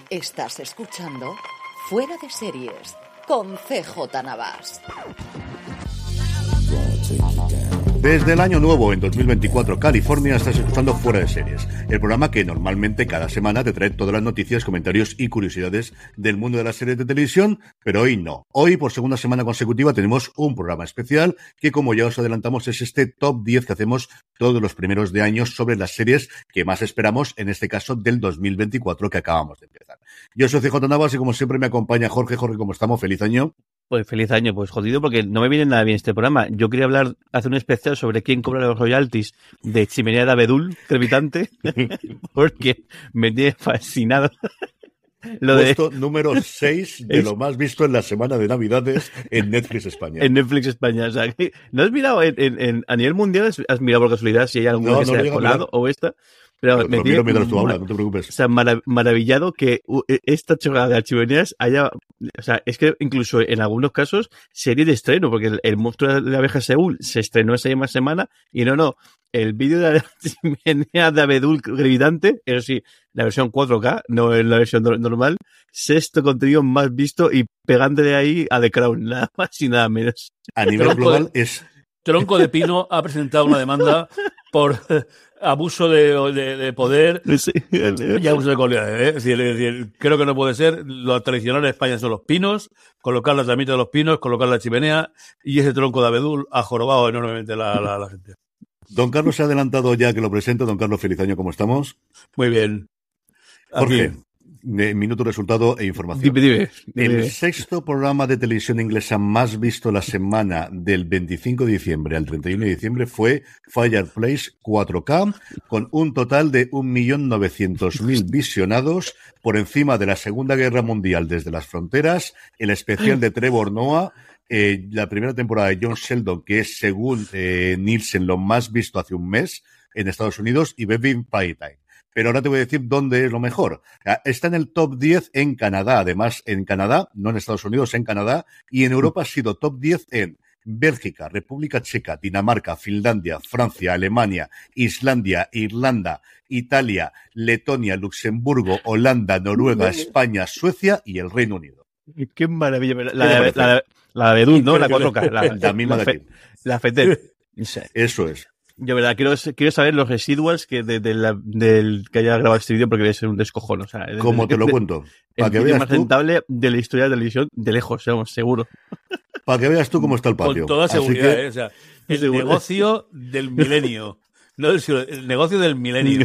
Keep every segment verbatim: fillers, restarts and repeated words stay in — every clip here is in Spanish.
Estás escuchando Fuera de Series con C J Navas. Desde el año nuevo, en dos mil veinticuatro, California, estás escuchando Fuera de Series, el programa que normalmente cada semana te trae todas las noticias, comentarios y curiosidades del mundo de las series de televisión, pero hoy no. Hoy, por segunda semana consecutiva, tenemos un programa especial que, como ya os adelantamos, es este top diez que hacemos todos los primeros de años sobre las series que más esperamos, en este caso del dos mil veinticuatro que acabamos de empezar. Yo soy C J Navas y, como siempre, me acompaña Jorge. Jorge, ¿cómo estamos? ¡Feliz año! Pues feliz año, pues jodido porque no me viene nada bien este programa. Yo quería hablar, hacer un especial sobre quién cobra los royalties de Chimenea de Abedul, crepitante, porque me tiene fascinado. Lo Puesto de... número seis de es... lo más visto en la semana de Navidades en Netflix España. En Netflix España, o sea, ¿no has mirado en, en, en, a nivel mundial? ¿Has mirado por casualidad si hay alguna no, que no se ha colado o esta? Pero, pero me tiene mientras tú hablas, no te preocupes. O sea, marav- maravillado que esta chorrada de Archimeneas haya... O sea, es que incluso en algunos casos serie de estreno, porque el, el monstruo de la abeja Seúl se estrenó esa misma semana y no, no, el vídeo de la Chimenea de Abedul gritante, eso sí, la versión cuatro K, no en la versión normal, sexto contenido más visto y pegándole ahí a The Crown, nada más y nada menos. A nivel Tronco global de, es... Tronco de Pino ha presentado una demanda por abuso de, de, de poder sí. y abuso de calidad. ¿eh? Es, decir, es decir, creo que no puede ser. Lo tradicional en España son los pinos, colocar la tramita de los pinos, colocar la chimenea, y ese tronco de abedul ha jorobado enormemente la, la, la gente. Don Carlos se ha adelantado ya que lo presento. Don Carlos, feliz año, ¿cómo estamos? Muy bien. Jorge, Aquí. Minuto, resultado e información. Dime, dime, dime. El sexto programa de televisión inglesa más visto la semana del veinticinco de diciembre al treinta y uno de diciembre fue Fireplace cuatro K, con un total de un millón novecientos mil visionados, por encima de la Segunda Guerra Mundial desde las fronteras, el especial de Trevor Noah, eh, la primera temporada de John Sheldon, que es, según eh, Nielsen, lo más visto hace un mes en Estados Unidos, y Baby Playtime. Pero ahora te voy a decir dónde es lo mejor. Está en el top diez en Canadá, además en Canadá, no en Estados Unidos, en Canadá, y en Europa ha sido top diez en Bélgica, República Checa, Dinamarca, Finlandia, Francia, Alemania, Islandia, Irlanda, Italia, Letonia, Luxemburgo, Holanda, Noruega, España, Suecia y el Reino Unido. Qué maravilla. La de la, la Abedul, ¿no? La cuatro K. La, la misma la de aquí. La FETEL. Eso es. Yo, verdad, quiero, quiero saber los residuals que de, de la, del que haya grabado este vídeo, porque debe ser un descojón. O sea, ¿Cómo te lo de, cuento? Para el que vídeo más tú, rentable de la historia de la televisión, de lejos, vamos, seguro. Para que veas tú cómo está el patio. Con toda seguridad, que... ¿eh? O sea, el seguro. Negocio del milenio. No del siglo, el negocio del milenio.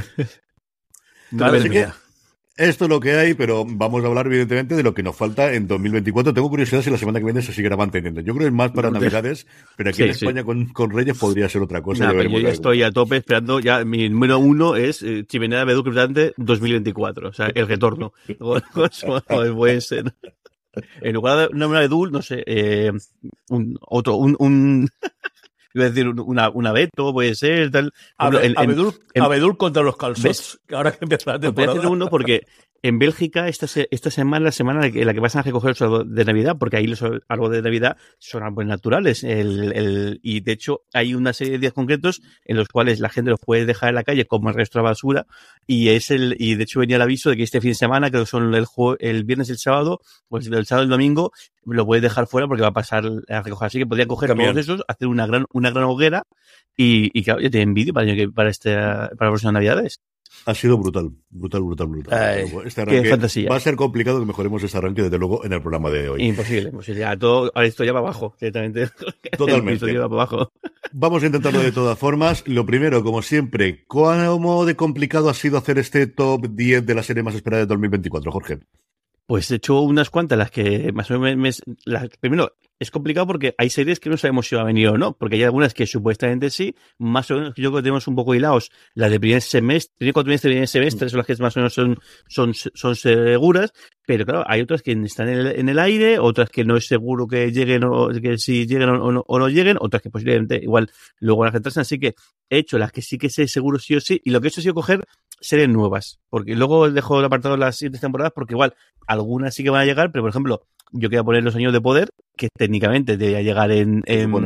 Claro, así que esto es lo que hay, pero vamos a hablar evidentemente de lo que nos falta en dos mil veinticuatro. Tengo curiosidad si la semana que viene se seguirá manteniendo. Yo creo que es más para Navidades, pero aquí sí, en España sí. con, con Reyes podría ser otra cosa. Nah, ya yo ya estoy a tope esperando, ya mi número uno es eh, Chimenea de Abedul crepitante dos mil veinticuatro, o sea, el retorno. Puede ser. En lugar de una Abedul, no sé, eh, un, otro, un... un iba a decir una, una Beto, puede ser, tal. Abe, en, Abedul, en, Abedul contra los calzots, ahora que empieza la temporada. Voy a hacer uno porque en Bélgica esta, esta semana es la semana en la que vas a recoger los árboles de Navidad, porque ahí los árboles de Navidad son árboles naturales. El, el, y de hecho hay una serie de días concretos en los cuales la gente los puede dejar en la calle como el resto de la basura. Y es el y de hecho venía el aviso de que este fin de semana, que son el, el viernes y el sábado, pues el sábado y el domingo, lo puedes dejar fuera porque va a pasar a recoger. Así que podrían coger También. todos esos, hacer una gran una gran hoguera y, y claro, ya tienen vídeo para, para, este, para las próximas Navidades. Ha sido brutal, brutal, brutal, brutal. Ay, este arranque qué fantasía. Va a ser complicado que mejoremos este arranque, desde luego, en el programa de hoy. Imposible, imposible. Ya, todo, ahora esto ya va abajo, directamente. Totalmente. Ya va para abajo. Vamos a intentarlo de todas formas. Lo primero, como siempre, ¿cómo de complicado ha sido hacer este top diez de la serie más esperada de dos mil veinticuatro, Jorge? Pues he hecho unas cuantas, las que más o menos... Las, primero, es complicado porque hay series que no sabemos si va a venir o no, porque hay algunas que supuestamente sí, más o menos yo creo que tenemos un poco hilados. Las de primer semestre, primer cuatrimestre, primer semestre, son las que más o menos son, son, son seguras, pero claro, hay otras que están en el, en el aire, otras que no es seguro que lleguen o que si lleguen o no, o no lleguen, otras que posiblemente igual luego las retrasan, así que he hecho las que sí que sé seguro sí o sí, y lo que he hecho ha sido coger series nuevas, porque luego dejo el apartado de las siguientes temporadas, porque igual algunas sí que van a llegar, pero por ejemplo, yo quería poner Los Años de Poder, que técnicamente debería llegar en, en, bueno.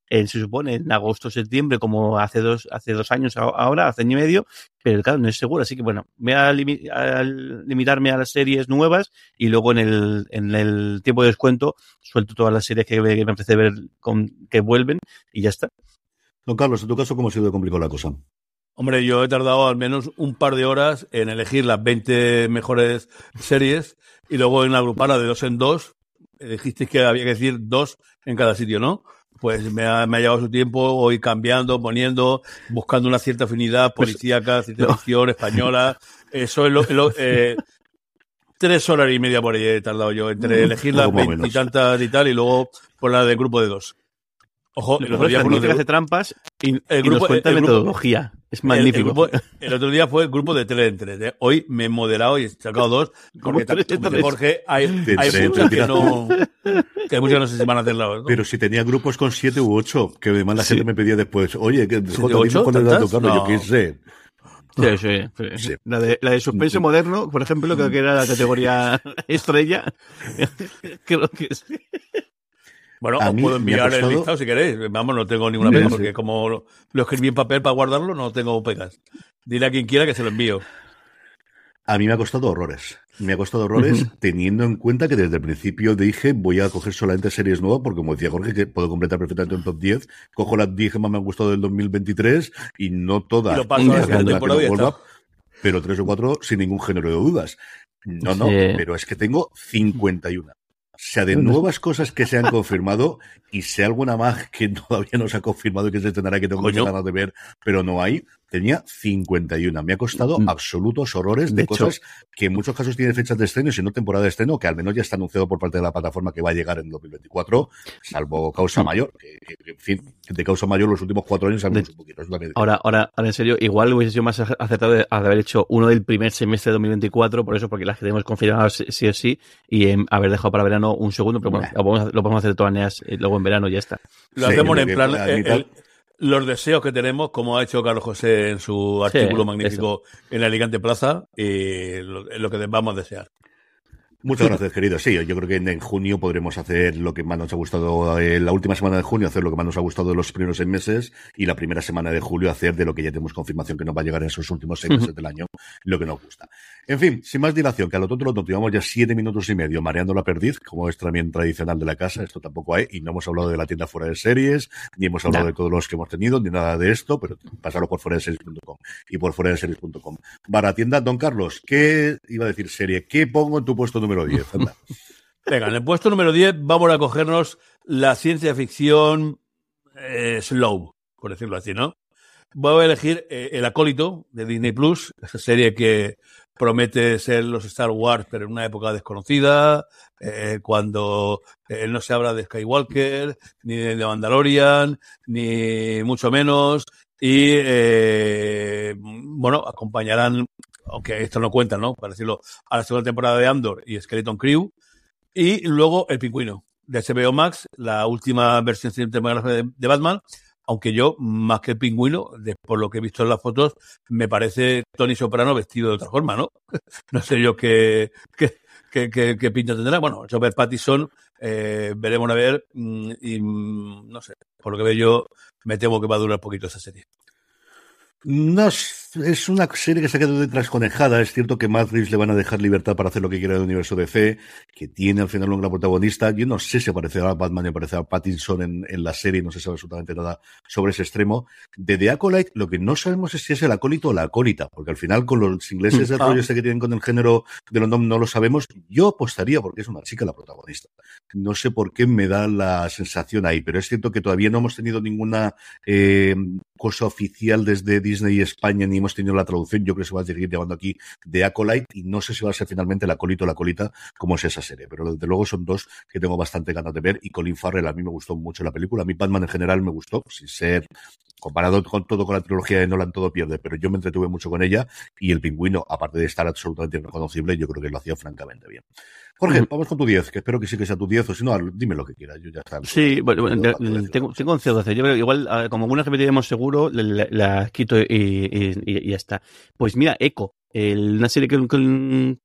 en, se supone, en agosto o septiembre, como hace dos, hace dos años ahora, hace año y medio, pero claro, no es seguro. Así que bueno, voy a, limi- a limitarme a las series nuevas y luego en el, en el tiempo de descuento suelto todas las series que, que me apetece ver con, que vuelven y ya está. Don Carlos, en tu caso, ¿cómo ha sido de complicado la cosa? Hombre, yo he tardado al menos un par de horas en elegir las veinte mejores series y luego en agruparla de dos en dos. Dijiste que había que decir dos en cada sitio, ¿no? Pues me ha, me ha llevado su tiempo, voy cambiando, poniendo, buscando una cierta afinidad policíaca, ciencia ficción, no. española. Eso es lo... lo eh, tres horas y media por ahí he tardado yo entre elegir las veinte y tantas y tal y luego por la del grupo de dos. Ojo, el otro día fue que hace trampas y, el grupo, y nos cuenta el, el metodología. Grupo, es magnífico. El, el, grupo, el otro día fue el grupo de tres en tres. ¿eh? Hoy me he moderado y he sacado dos. Porque tres, tres, Jorge, hay, hay tres, muchas que no, que hay muchas que no sé si van a hacerla. ¿no? Pero si tenía grupos con siete u ocho, que además la sí. gente me pedía después, oye, que ocho, cuál era tu no. yo qué sé. Sí, sí, sí. sí. La de, la de suspense sí. moderno, por ejemplo, creo que era la categoría estrella. Creo que sí. Bueno, os puedo enviar el listado si queréis. Vamos, no tengo ninguna pega, sí, porque sí. como lo, lo escribí en papel para guardarlo, no tengo pegas. Dile a quien quiera que se lo envío. A mí me ha costado horrores. Me ha costado horrores uh-huh. teniendo en cuenta que desde el principio dije voy a coger solamente series nuevas, porque como decía Jorge, que puedo completar perfectamente un top diez. Cojo las diez que más me han gustado del dos mil veintitrés y no todas. Y lo paso a la temporada y está. Pero tres o cuatro sin ningún género de dudas. No, no, sí. pero es que tengo cincuenta y uno. O sea, de nuevas cosas que se han confirmado y sé alguna más que todavía no se ha confirmado y que se estrenará que tengo muchas ganas de ver, pero no hay. Tenía cincuenta y uno. Me ha costado absolutos horrores de, de cosas hecho, que en muchos casos tienen fechas de estreno y si no temporada de estreno, que al menos ya está anunciado por parte de la plataforma que va a llegar en dos mil veinticuatro, salvo Causa Mayor. Que, que, en fin, de Causa Mayor los últimos cuatro años han un poquito. Ahora, ahora, ahora, en serio, igual hubiese sido más acertado de haber hecho uno del primer semestre de dos mil veinticuatro, por eso, porque las que tenemos confirmadas sí o sí, y eh, haber dejado para verano un segundo, pero bueno, nah. lo, podemos, lo podemos hacer de todas maneras eh, luego en verano y ya está. Lo sí, hacemos en plan... El, el, los deseos que tenemos, como ha hecho Carlos José en su artículo sí, magnífico eso. En la Alicante Plaza, y lo, lo que vamos a desear. Muchas gracias, querido. Sí, yo creo que en, en junio podremos hacer lo que más nos ha gustado, eh, la última semana de junio hacer lo que más nos ha gustado de los primeros seis meses y la primera semana de julio hacer de lo que ya tenemos confirmación que nos va a llegar en esos últimos seis meses del año, lo que nos gusta. En fin, sin más dilación, que a lo tonto lo tonto, llevamos ya siete minutos y medio mareando la perdiz, como es también tradicional de la casa, esto tampoco hay, y no hemos hablado de la tienda fuera de series, ni hemos hablado no. de todos los que hemos tenido, ni nada de esto, pero pasarlo por fuera de series punto com y por fuera de series punto com. Barra tienda, don Carlos, ¿qué iba a decir serie? ¿Qué pongo en tu puesto número diez? Anda. Venga, en el puesto número diez vamos a cogernos la ciencia ficción eh, slow, por decirlo así, ¿no? Voy a elegir eh, El Acólito de Disney Plus, esa serie que promete ser los Star Wars, pero en una época desconocida, eh, cuando eh, no se habla de Skywalker, ni de Mandalorian, ni mucho menos, y eh, bueno, acompañarán, aunque esto no cuenta, ¿no? Para decirlo, a la segunda temporada de Andor y Skeleton Crew, y luego El Pingüino de H B O Max, la última versión cinematográfica de, de Batman, aunque yo, más que El Pingüino, de, por lo que he visto en las fotos, me parece Tony Soprano vestido de otra forma, ¿no? No sé yo qué, qué, qué, qué, qué pinta tendrá. Bueno, Robert Pattinson, eh, veremos a ver, y no sé, por lo que veo yo, me temo que va a durar poquito esa serie. No, es una serie que se ha quedado detrás conejada. Es cierto que Matt Reeves le van a dejar libertad para hacer lo que quiera del universo D C, que tiene al final un gran protagonista. Yo no sé si aparecerá a Batman y aparecerá a Pattinson en, en la serie, no se sabe absolutamente nada sobre ese extremo. De The Acolyte, lo que no sabemos es si es el acólito o la acólita, porque al final con los ingleses el ah. rollo ese que tienen con el género de los nombres no lo sabemos. Yo apostaría porque es una chica la protagonista. No sé por qué me da la sensación ahí, pero es cierto que todavía no hemos tenido ninguna eh, cosa oficial desde Disney y España, ni hemos tenido la traducción. Yo creo que se va a seguir llamando aquí The Acolyte y no sé si va a ser finalmente el acólito o la colita como es esa serie, pero desde luego son dos que tengo bastante ganas de ver. Y Colin Farrell, a mí me gustó mucho la película, a mí Batman en general me gustó, sin ser comparado con todo con la trilogía de Nolan todo pierde, pero yo me entretuve mucho con ella y El Pingüino, aparte de estar absolutamente reconocible, yo creo que lo hacía francamente bien. Jorge, uh-huh. vamos con tu diez, que espero que sí que sea tu diez, o si no, dime lo que quieras, yo ya está. Sí, bueno, bueno tengo, tengo once o doce, yo creo que igual, como algunas repetiremos seguro, las la quito y, y, y ya está. Pues mira, Echo, el, una serie que, que,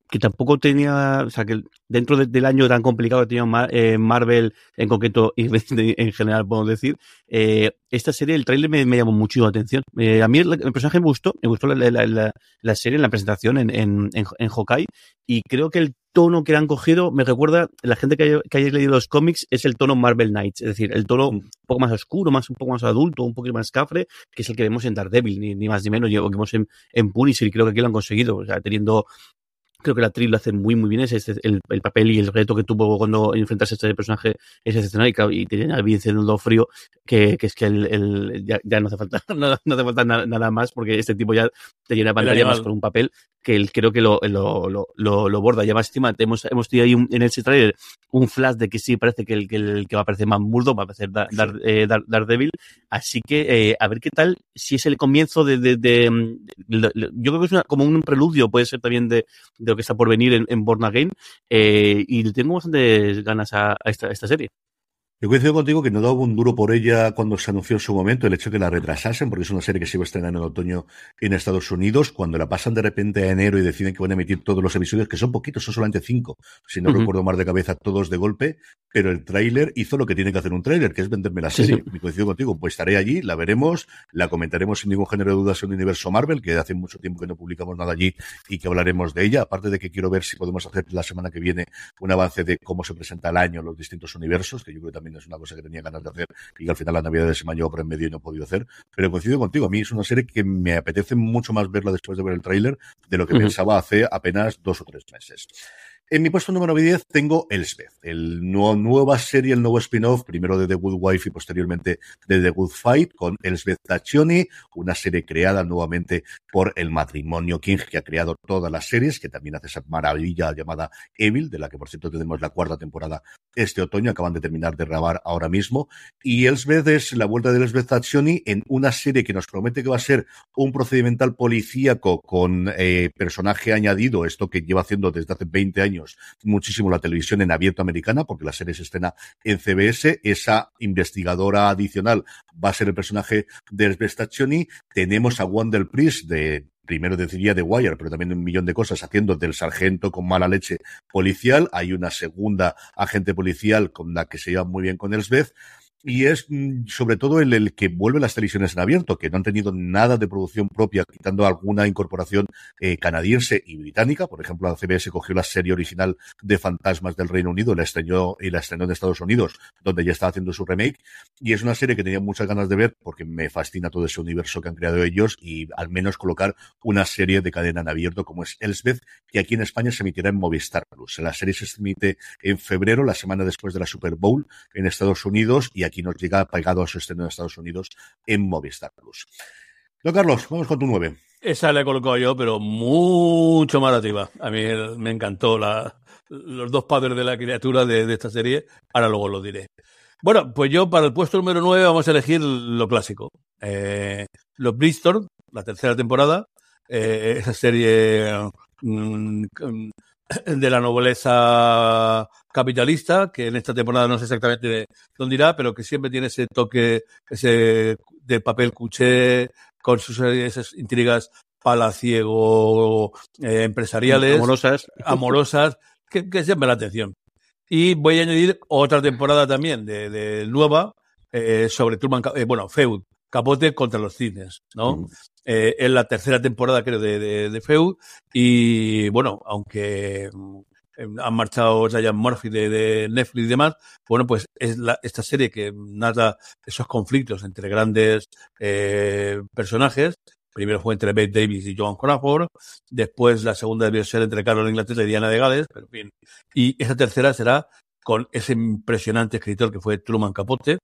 que tampoco tenía, o sea, que dentro de, del año tan complicado que tenía Mar, eh, Marvel en concreto y en general, podemos decir, eh, esta serie, el tráiler me, me llamó mucho la atención. Eh, a mí el, el personaje me gustó, me gustó la, la, la, la serie, en la presentación en, en, en, en Hawkeye, y creo que el tono que le han cogido me recuerda, la gente que, hay, que hayáis leído los cómics, es el tono Marvel Knights, es decir, el tono un poco más oscuro, más un poco más adulto, un poco más cafre, que es el que vemos en Daredevil, ni, ni más ni menos, o que vemos en, en Punisher, y creo que aquí lo han conseguido, o sea, teniendo... Creo que la actriz lo hace muy muy bien, es este, el, el papel y el reto que tuvo cuando enfrentarse a este personaje es excepcional, y, y tenía bien siendo frío, que, que es que el, el ya, ya no hace falta no, no hace falta nada, nada más, porque este tipo ya te llena pantalla más con un papel que él creo que lo, lo, lo, lo, lo borda. Ya más encima hemos, hemos tenido ahí un, en ese trailer un flash de que sí parece que el que, el, que va a aparecer más Murdo, va a aparecer Dar, Dar, eh, Dar, Daredevil, así que eh, a ver qué tal, si es el comienzo de, de, de, de, de yo creo que es una, como un preludio, puede ser también de, de lo que está por venir en, en Born Again, eh, y tengo bastantes ganas a, a, esta, a esta serie. Yo coincido contigo que no daba un duro por ella cuando se anunció en su momento, el hecho de que la retrasasen, porque es una serie que se iba a estrenar en el otoño en Estados Unidos, cuando la pasan de repente a enero y deciden que van a emitir todos los episodios, que son poquitos, son solamente cinco, si no uh-huh. recuerdo mal de cabeza, todos de golpe, pero el tráiler hizo lo que tiene que hacer un tráiler, que es venderme la serie. Sí, sí. Me coincido contigo, pues estaré allí, la veremos, la comentaremos sin ningún género de dudas en Universo Marvel, que hace mucho tiempo que no publicamos nada allí y que hablaremos de ella, aparte de que quiero ver si podemos hacer la semana que viene un avance de cómo se presenta el año los distintos universos, que yo creo que también es una cosa que tenía ganas de hacer y que al final la Navidad se me ha llevado por en medio y no he podido hacer, pero coincido contigo, a mí es una serie que me apetece mucho más verla después de ver el tráiler de lo que uh-huh. pensaba hace apenas dos o tres meses. En mi puesto número diez tengo Elsbeth, el nuevo, nueva serie, el nuevo spin-off, primero de The Good Wife y posteriormente de The Good Fight, con Elsbeth Taccioni, una serie creada nuevamente por el matrimonio King, que ha creado todas las series, que también hace esa maravilla llamada Evil, de la que por cierto tenemos la cuarta temporada este otoño, acaban de terminar de grabar ahora mismo, y Elsbeth es la vuelta de Elsbeth Taccioni en una serie que nos promete que va a ser un procedimental policíaco con eh, personaje añadido, esto que lleva haciendo desde hace veinte años muchísimo la televisión en abierto americana, porque la serie se estrena en C B S. Esa investigadora adicional va a ser el personaje de Elsbeth Taccioni. Tenemos a Wendell Priest, de primero deciría de Wire, pero también un millón de cosas, haciendo del sargento con mala leche policial. Hay una segunda agente policial con la que se lleva muy bien con Elsbeth. Y es sobre todo el, el que vuelve las televisiones en abierto, que no han tenido nada de producción propia, quitando alguna incorporación eh, canadiense y británica. Por ejemplo, la C B S cogió la serie original de Fantasmas del Reino Unido, la estrenó y la estrenó en Estados Unidos, donde ya estaba haciendo su remake. Y es una serie que tenía muchas ganas de ver, porque me fascina todo ese universo que han creado ellos, y al menos colocar una serie de cadena en abierto como es Elsbeth, que aquí en España se emitirá en Movistar Plus. La serie se emite en febrero, la semana después de la Super Bowl en Estados Unidos, y aquí nos llega pegado a su estreno en Estados Unidos en Movistar Plus. Don Carlos, vamos con tu nueve. Esa la he colocado yo, pero mucho más arriba. A mí me encantó la, los dos padres de la criatura de, de esta serie. Ahora luego lo diré. Bueno, pues yo para el puesto número nueve vamos a elegir lo clásico. Eh, los Bristol, la tercera temporada. Eh, esa serie mmm, de la nobleza capitalista, que en esta temporada no sé exactamente dónde irá, pero que siempre tiene ese toque, ese de papel cuché, con sus esas intrigas palaciego, eh, empresariales, amorosas, amorosas que, que llaman la atención. Y voy a añadir otra temporada también de, de nueva, eh, sobre Truman, eh, bueno, Feud, Capote contra los cisnes, ¿no? Mm. Eh, es la tercera temporada, creo, de, de, de Feud, y bueno, aunque eh, han marchado Ryan Murphy de, de Netflix y demás, bueno, pues es la, esta serie que narra esos conflictos entre grandes eh, personajes. Primero fue entre Bette Davis y Joan Crawford, después la segunda debió ser entre Carol Inglaterra y Diana de Gales, pero en fin. Y esa tercera será con ese impresionante escritor que fue Truman Capote,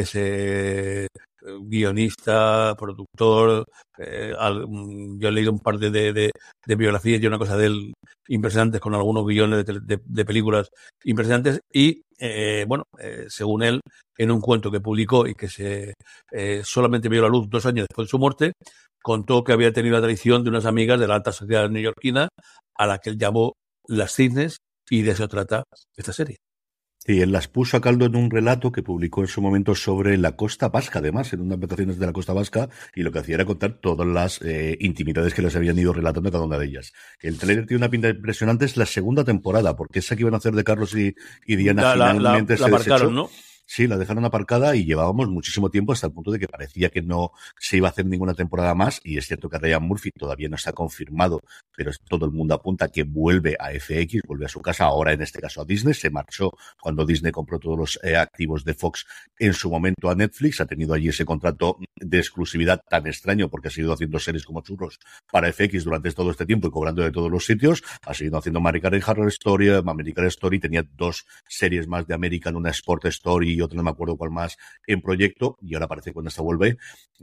ese guionista, productor, eh, al, yo he leído un par de, de, de biografías y una cosa de él impresionantes, con algunos guiones de, de, de películas impresionantes, y eh, bueno, eh, según él, en un cuento que publicó y que se eh, solamente vio la luz dos años después de su muerte, contó que había tenido la traición de unas amigas de la alta sociedad neoyorquina, a la que él llamó las cisnes, y de eso trata esta serie. Y él las puso a caldo en un relato que publicó en su momento sobre la costa vasca, además, en unas vacaciones de la costa vasca, y lo que hacía era contar todas las eh, intimidades que les habían ido relatando cada una de ellas. El trailer tiene una pinta impresionante, es la segunda temporada, porque esa que iban a hacer de Carlos y, y Diana la, finalmente la, la, se la desechó. ¿no? Sí, la dejaron aparcada y llevábamos muchísimo tiempo hasta el punto de que parecía que no se iba a hacer ninguna temporada más, y es cierto que Ryan Murphy todavía no está confirmado, pero todo el mundo apunta que vuelve a F X, vuelve a su casa, ahora en este caso a Disney. Se marchó cuando Disney compró todos los eh, activos de Fox en su momento a Netflix, ha tenido allí ese contrato de exclusividad tan extraño porque ha seguido haciendo series como churros para F X durante todo este tiempo y cobrando de todos los sitios, ha seguido haciendo American Horror Story, American Story, tenía dos series más de American, una Sport Story y otra no me acuerdo cuál más en proyecto, y ahora parece que cuando esta vuelve,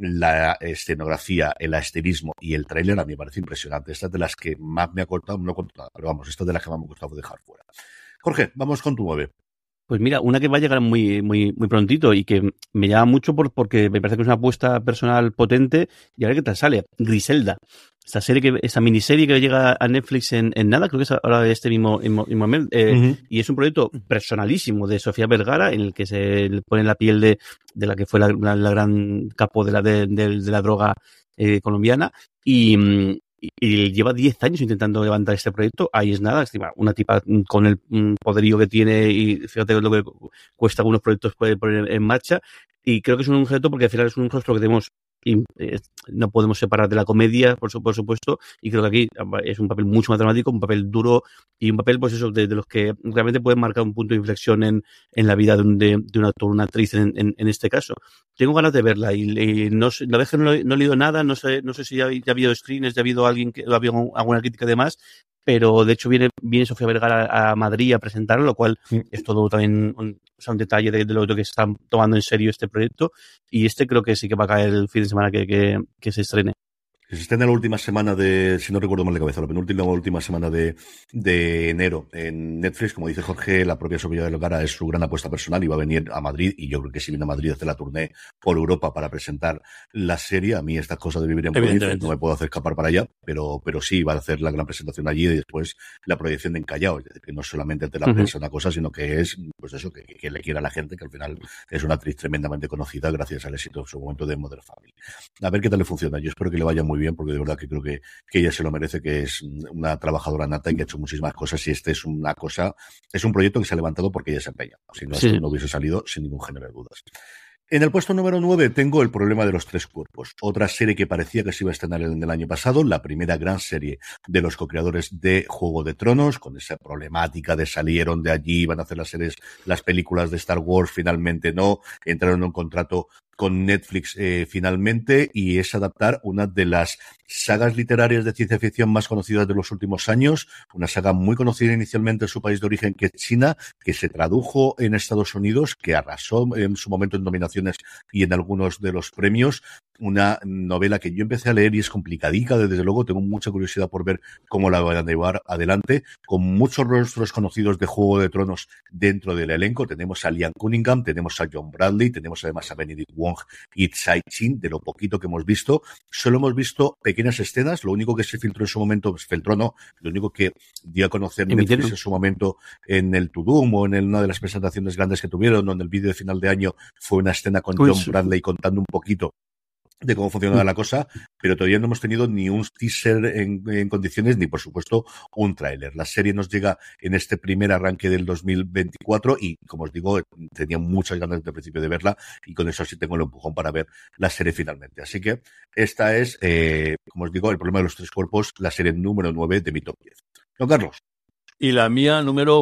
la escenografía, el asterismo y el tráiler a mí me parece impresionante. Esta es de las que más me ha cortado, no he contado, pero vamos, esta es de las que más me ha costado dejar fuera. Jorge, vamos con tu nueve. Pues mira, una que va a llegar muy, muy, muy prontito y que me llama mucho por, porque me parece que es una apuesta personal potente, y a ver qué tal sale. Griselda. Esta serie que, esta miniserie que llega a Netflix en, en nada, creo que es ahora este mismo, mismo momento, eh, uh-huh. Y es un proyecto personalísimo de Sofía Vergara, en el que se le pone la piel de, de la que fue la, la, la gran capo de la, de, de, de la droga eh, colombiana, y, y, y lleva diez años intentando levantar este proyecto. Ahí es nada, una tipa con el poderío que tiene, y fíjate lo que cuesta algunos proyectos poner en marcha, y creo que es un reto porque al final es un rostro que tenemos y eh, no podemos separar de la comedia, por, su, por supuesto, y creo que aquí es un papel mucho más dramático, un papel duro y un papel, pues eso, de, de los que realmente pueden marcar un punto de inflexión en, en la vida de un, de, de un actor, una actriz en, en, en este caso. Tengo ganas de verla y, y no sé, la vez que no, no he leído nada, no sé, no sé si ya, ya ha habido screens, ya ha habido alguien que ha habido alguna crítica de más, pero de hecho viene, viene Sofía Vergara a, a Madrid a presentarlo, lo cual sí. Es todo también un, o sea, un detalle de, de lo que están tomando en serio este proyecto, y este creo que sí que va a caer el fin de semana que, que, que se estrene. Se estrena la última semana de, si no recuerdo mal de cabeza, la penúltima última semana de, de enero en Netflix. Como dice Jorge, la propia Sofía Vergara es su gran apuesta personal y va a venir a Madrid, y yo creo que si viene a Madrid hace la tournée por Europa para presentar la serie. A mí estas cosas de vivir en Madrid no me puedo hacer escapar para allá, pero, pero sí va a hacer la gran presentación allí y después la proyección de En Callao, es decir, que no solamente ante la uh-huh. prensa una cosa, sino que es, pues eso, que, que le quiera a la gente, que al final es una actriz tremendamente conocida gracias al éxito en su momento de Modern Family. A ver qué tal le funciona. Yo espero que le vaya muy bien, porque de verdad que creo que, que ella se lo merece, que es una trabajadora nata y que ha hecho muchísimas cosas, y este es una cosa, es un proyecto que se ha levantado porque ella se empeña. Si no, sí. Esto no hubiese salido sin ningún género de dudas. En el puesto número nueve tengo El problema de los tres cuerpos, otra serie que parecía que se iba a estrenar en el año pasado, la primera gran serie de los co-creadores de Juego de Tronos, con esa problemática de salieron de allí, iban a hacer las series, las películas de Star Wars, finalmente no, entraron en un contrato con Netflix eh, finalmente, y es adaptar una de las sagas literarias de ciencia ficción más conocidas de los últimos años, una saga muy conocida inicialmente en su país de origen, que es China, que se tradujo en Estados Unidos, que arrasó en su momento en nominaciones y en algunos de los premios. Una novela que yo empecé a leer y es complicadica, desde luego, tengo mucha curiosidad por ver cómo la van a llevar adelante, con muchos rostros conocidos de Juego de Tronos dentro del elenco. Tenemos a Liam Cunningham, tenemos a John Bradley, tenemos además a Benedict Wong y Tsai Chin. De lo poquito que hemos visto, solo hemos visto pequeñas escenas, lo único que se filtró en su momento, pues filtró no, lo único que dio a conocer Netflix en su momento en el Tudum o en el, una de las presentaciones grandes que tuvieron, o en el vídeo de final de año, fue una escena con John Bradley contando un poquito de cómo funcionaba la cosa, pero todavía no hemos tenido ni un teaser en, en condiciones, ni por supuesto un tráiler. La serie nos llega en este primer arranque del dos mil veinticuatro y, como os digo, tenía muchas ganas desde el principio de verla, y con eso sí tengo el empujón para ver la serie finalmente. Así que esta es, eh, como os digo, El problema de los tres cuerpos, la serie número nueve de mi top diez. Don Carlos. Y la mía número...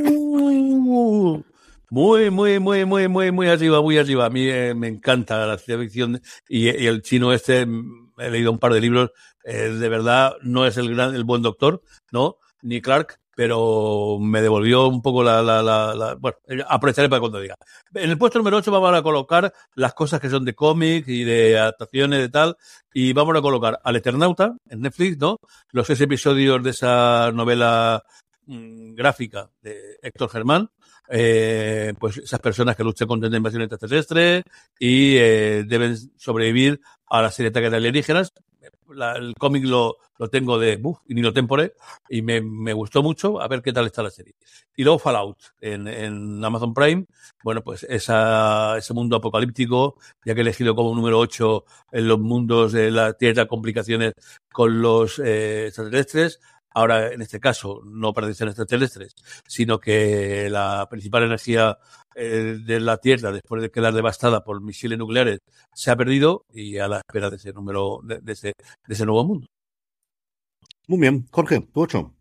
Uh, Muy, muy, muy, muy, muy, muy arriba, muy arriba. A mí eh, me encanta la ciencia ficción, y, y el chino este, he leído un par de libros, eh, de verdad no es el gran, el buen doctor, ¿no? Ni Clark, pero me devolvió un poco la, la, la, la bueno, aprovecharé para cuando diga. En el puesto número ocho vamos a colocar las cosas que son de cómics y de adaptaciones de tal, y vamos a colocar al Eternauta en Netflix, ¿no? Los seis episodios de esa novela mmm, gráfica de Héctor Germán. Eh, pues esas personas que luchan contra la invasión extraterrestre y eh, deben sobrevivir a la serie de ataques de alienígenas. la, el cómic lo, lo tengo de Buff y Nilo Tempore y me, me gustó mucho, a ver qué tal está la serie. Y luego Fallout en, en Amazon Prime, bueno, pues esa, ese mundo apocalíptico, ya que he elegido como número ocho en los mundos de la Tierra, complicaciones con los eh, extraterrestres. Ahora, en este caso, no predicción extraterrestres, sino que la principal energía eh, de la Tierra, después de quedar devastada por misiles nucleares, se ha perdido y a la espera de ese número, de, de, ese, de ese nuevo mundo. Muy bien. Jorge, tu ocho.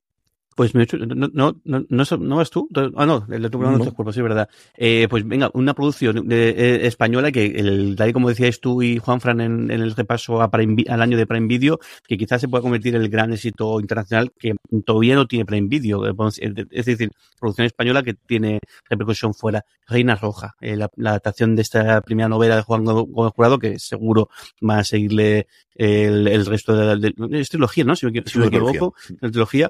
Pues me he hecho, no, no, no, no, no vas tú. Ah, no, el de tu programa no. Otros cuerpos, sí, es verdad. Eh, pues venga, una producción de, eh, española que, el, tal y como decíais tú y Juanfran en, en el repaso a Prime, al año de Prime Video, que quizás se pueda convertir en el gran éxito internacional que todavía no tiene Prime Video. Es decir, producción española que tiene repercusión fuera. Reina Roja, eh, la, la adaptación de esta primera novela de Juan Gómez Jurado, que seguro va a seguirle el, el resto de la de, de, es trilogía, ¿no? Si me, si me equivoco, la trilogía.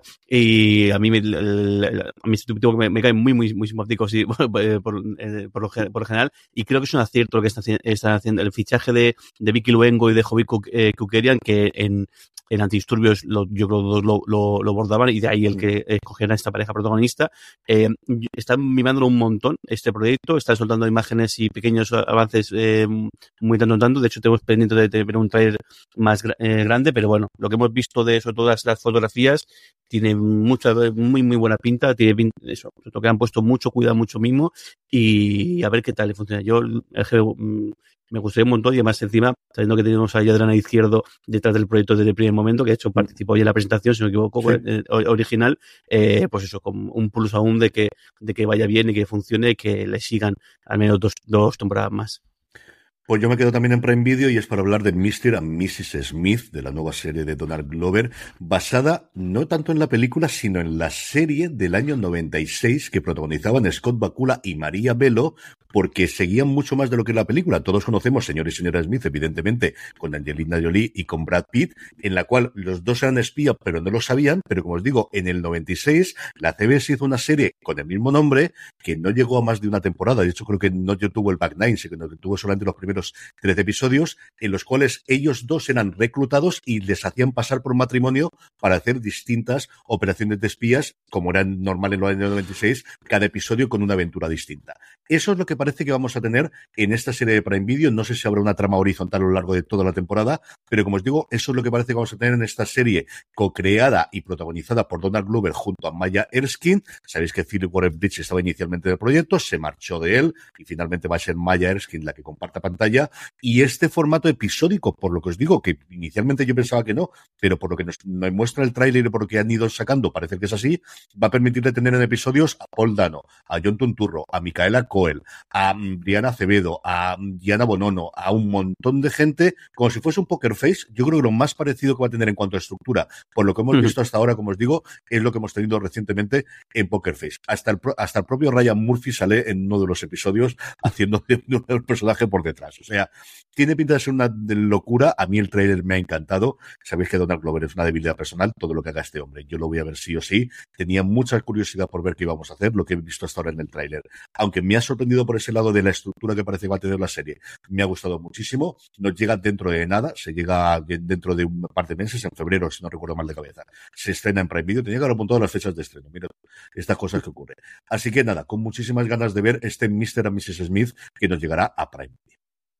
Y a mí me, el, el, a mí este tipo me, me cae muy, muy, muy simpático, sí, por, por, eh, por, lo, por lo general. Y creo que es un acierto lo que están está haciendo. El fichaje de, de Vicky Luengo y de Jovi Kukerian, que en, en Antidisturbios lo, yo creo que los lo, lo, lo bordaban, y de ahí el que escogieran esta pareja protagonista. Eh, están mimándolo un montón este proyecto, están soltando imágenes y pequeños avances eh, muy tanto en tanto. De hecho, tenemos pendiente de, de ver un trailer más eh, grande, pero bueno, lo que hemos visto de eso, todas las fotografías, tiene mucha, muy, muy buena pinta, tiene pinta, eso, lo que han puesto mucho cuidado, mucho mimo, y a ver qué tal le funciona. Yo, el G B, me gustaría un montón, y además encima, sabiendo que tenemos a Adriana Izquierdo detrás del proyecto desde el primer momento, que de hecho participó ya en la presentación, si no me equivoco, sí. eh, original, eh, pues eso, con un plus aún de que, de que vaya bien y que funcione y que le sigan al menos dos, dos temporadas más. Pues yo me quedo también en Prime Video y es para hablar de mister and missus Smith, de la nueva serie de Donald Glover, basada no tanto en la película, sino en la serie del año noventa y seis que protagonizaban Scott Bakula y María Bello, porque seguían mucho más de lo que es la película. Todos conocemos Señor y Señora Smith, evidentemente, con Angelina Jolie y con Brad Pitt, en la cual los dos eran espías, pero no lo sabían. Pero como os digo, en el noventa y seis la C B S hizo una serie con el mismo nombre que no llegó a más de una temporada. De hecho, creo que no tuvo el back nine, sino que tuvo solamente los primeros trece episodios, en los cuales ellos dos eran reclutados y les hacían pasar por matrimonio para hacer distintas operaciones de espías, como era normal en los años noventa y seis, cada episodio con una aventura distinta. Eso es lo que parece que vamos a tener en esta serie de Prime Video. No sé si habrá una trama horizontal a lo largo de toda la temporada, pero como os digo, eso es lo que parece que vamos a tener en esta serie co-creada y protagonizada por Donald Glover junto a Maya Erskine. Sabéis que Philip Warren-Bridge estaba inicialmente en el proyecto, se marchó de él y finalmente va a ser Maya Erskine la que comparta pantalla. Y este formato episódico, por lo que os digo, que inicialmente yo pensaba que no, pero por lo que nos, nos muestra el tráiler y por lo que han ido sacando, parece que es así, va a permitirle tener en episodios a Paul Dano, a John Turturro, a Micaela Coel, a Diana Acevedo, a Diana Bonono, a un montón de gente, como si fuese un Poker Face. Yo creo que lo más parecido que va a tener en cuanto a estructura, por lo que hemos visto hasta ahora, como os digo, es lo que hemos tenido recientemente en Poker Face. Hasta el, hasta el propio Ryan Murphy sale en uno de los episodios haciendo un personaje por detrás. O sea, tiene pinta de ser una locura. A mí el tráiler me ha encantado. Sabéis que Donald Glover es una debilidad personal, todo lo que haga este hombre. Yo lo voy a ver sí o sí. Tenía mucha curiosidad por ver qué íbamos a hacer, lo que he visto hasta ahora en el tráiler. Aunque me ha sorprendido por ese lado de la estructura que parece que va a tener la serie. Me ha gustado muchísimo. Nos llega dentro de nada, se llega dentro de un par de meses, en febrero, si no recuerdo mal de cabeza. Se estrena en Prime Video. Tenía que haber apuntado las fechas de estreno. Mira, estas cosas que ocurren. Así que nada, con muchísimas ganas de ver este mister and missus Smith que nos llegará a Prime Video.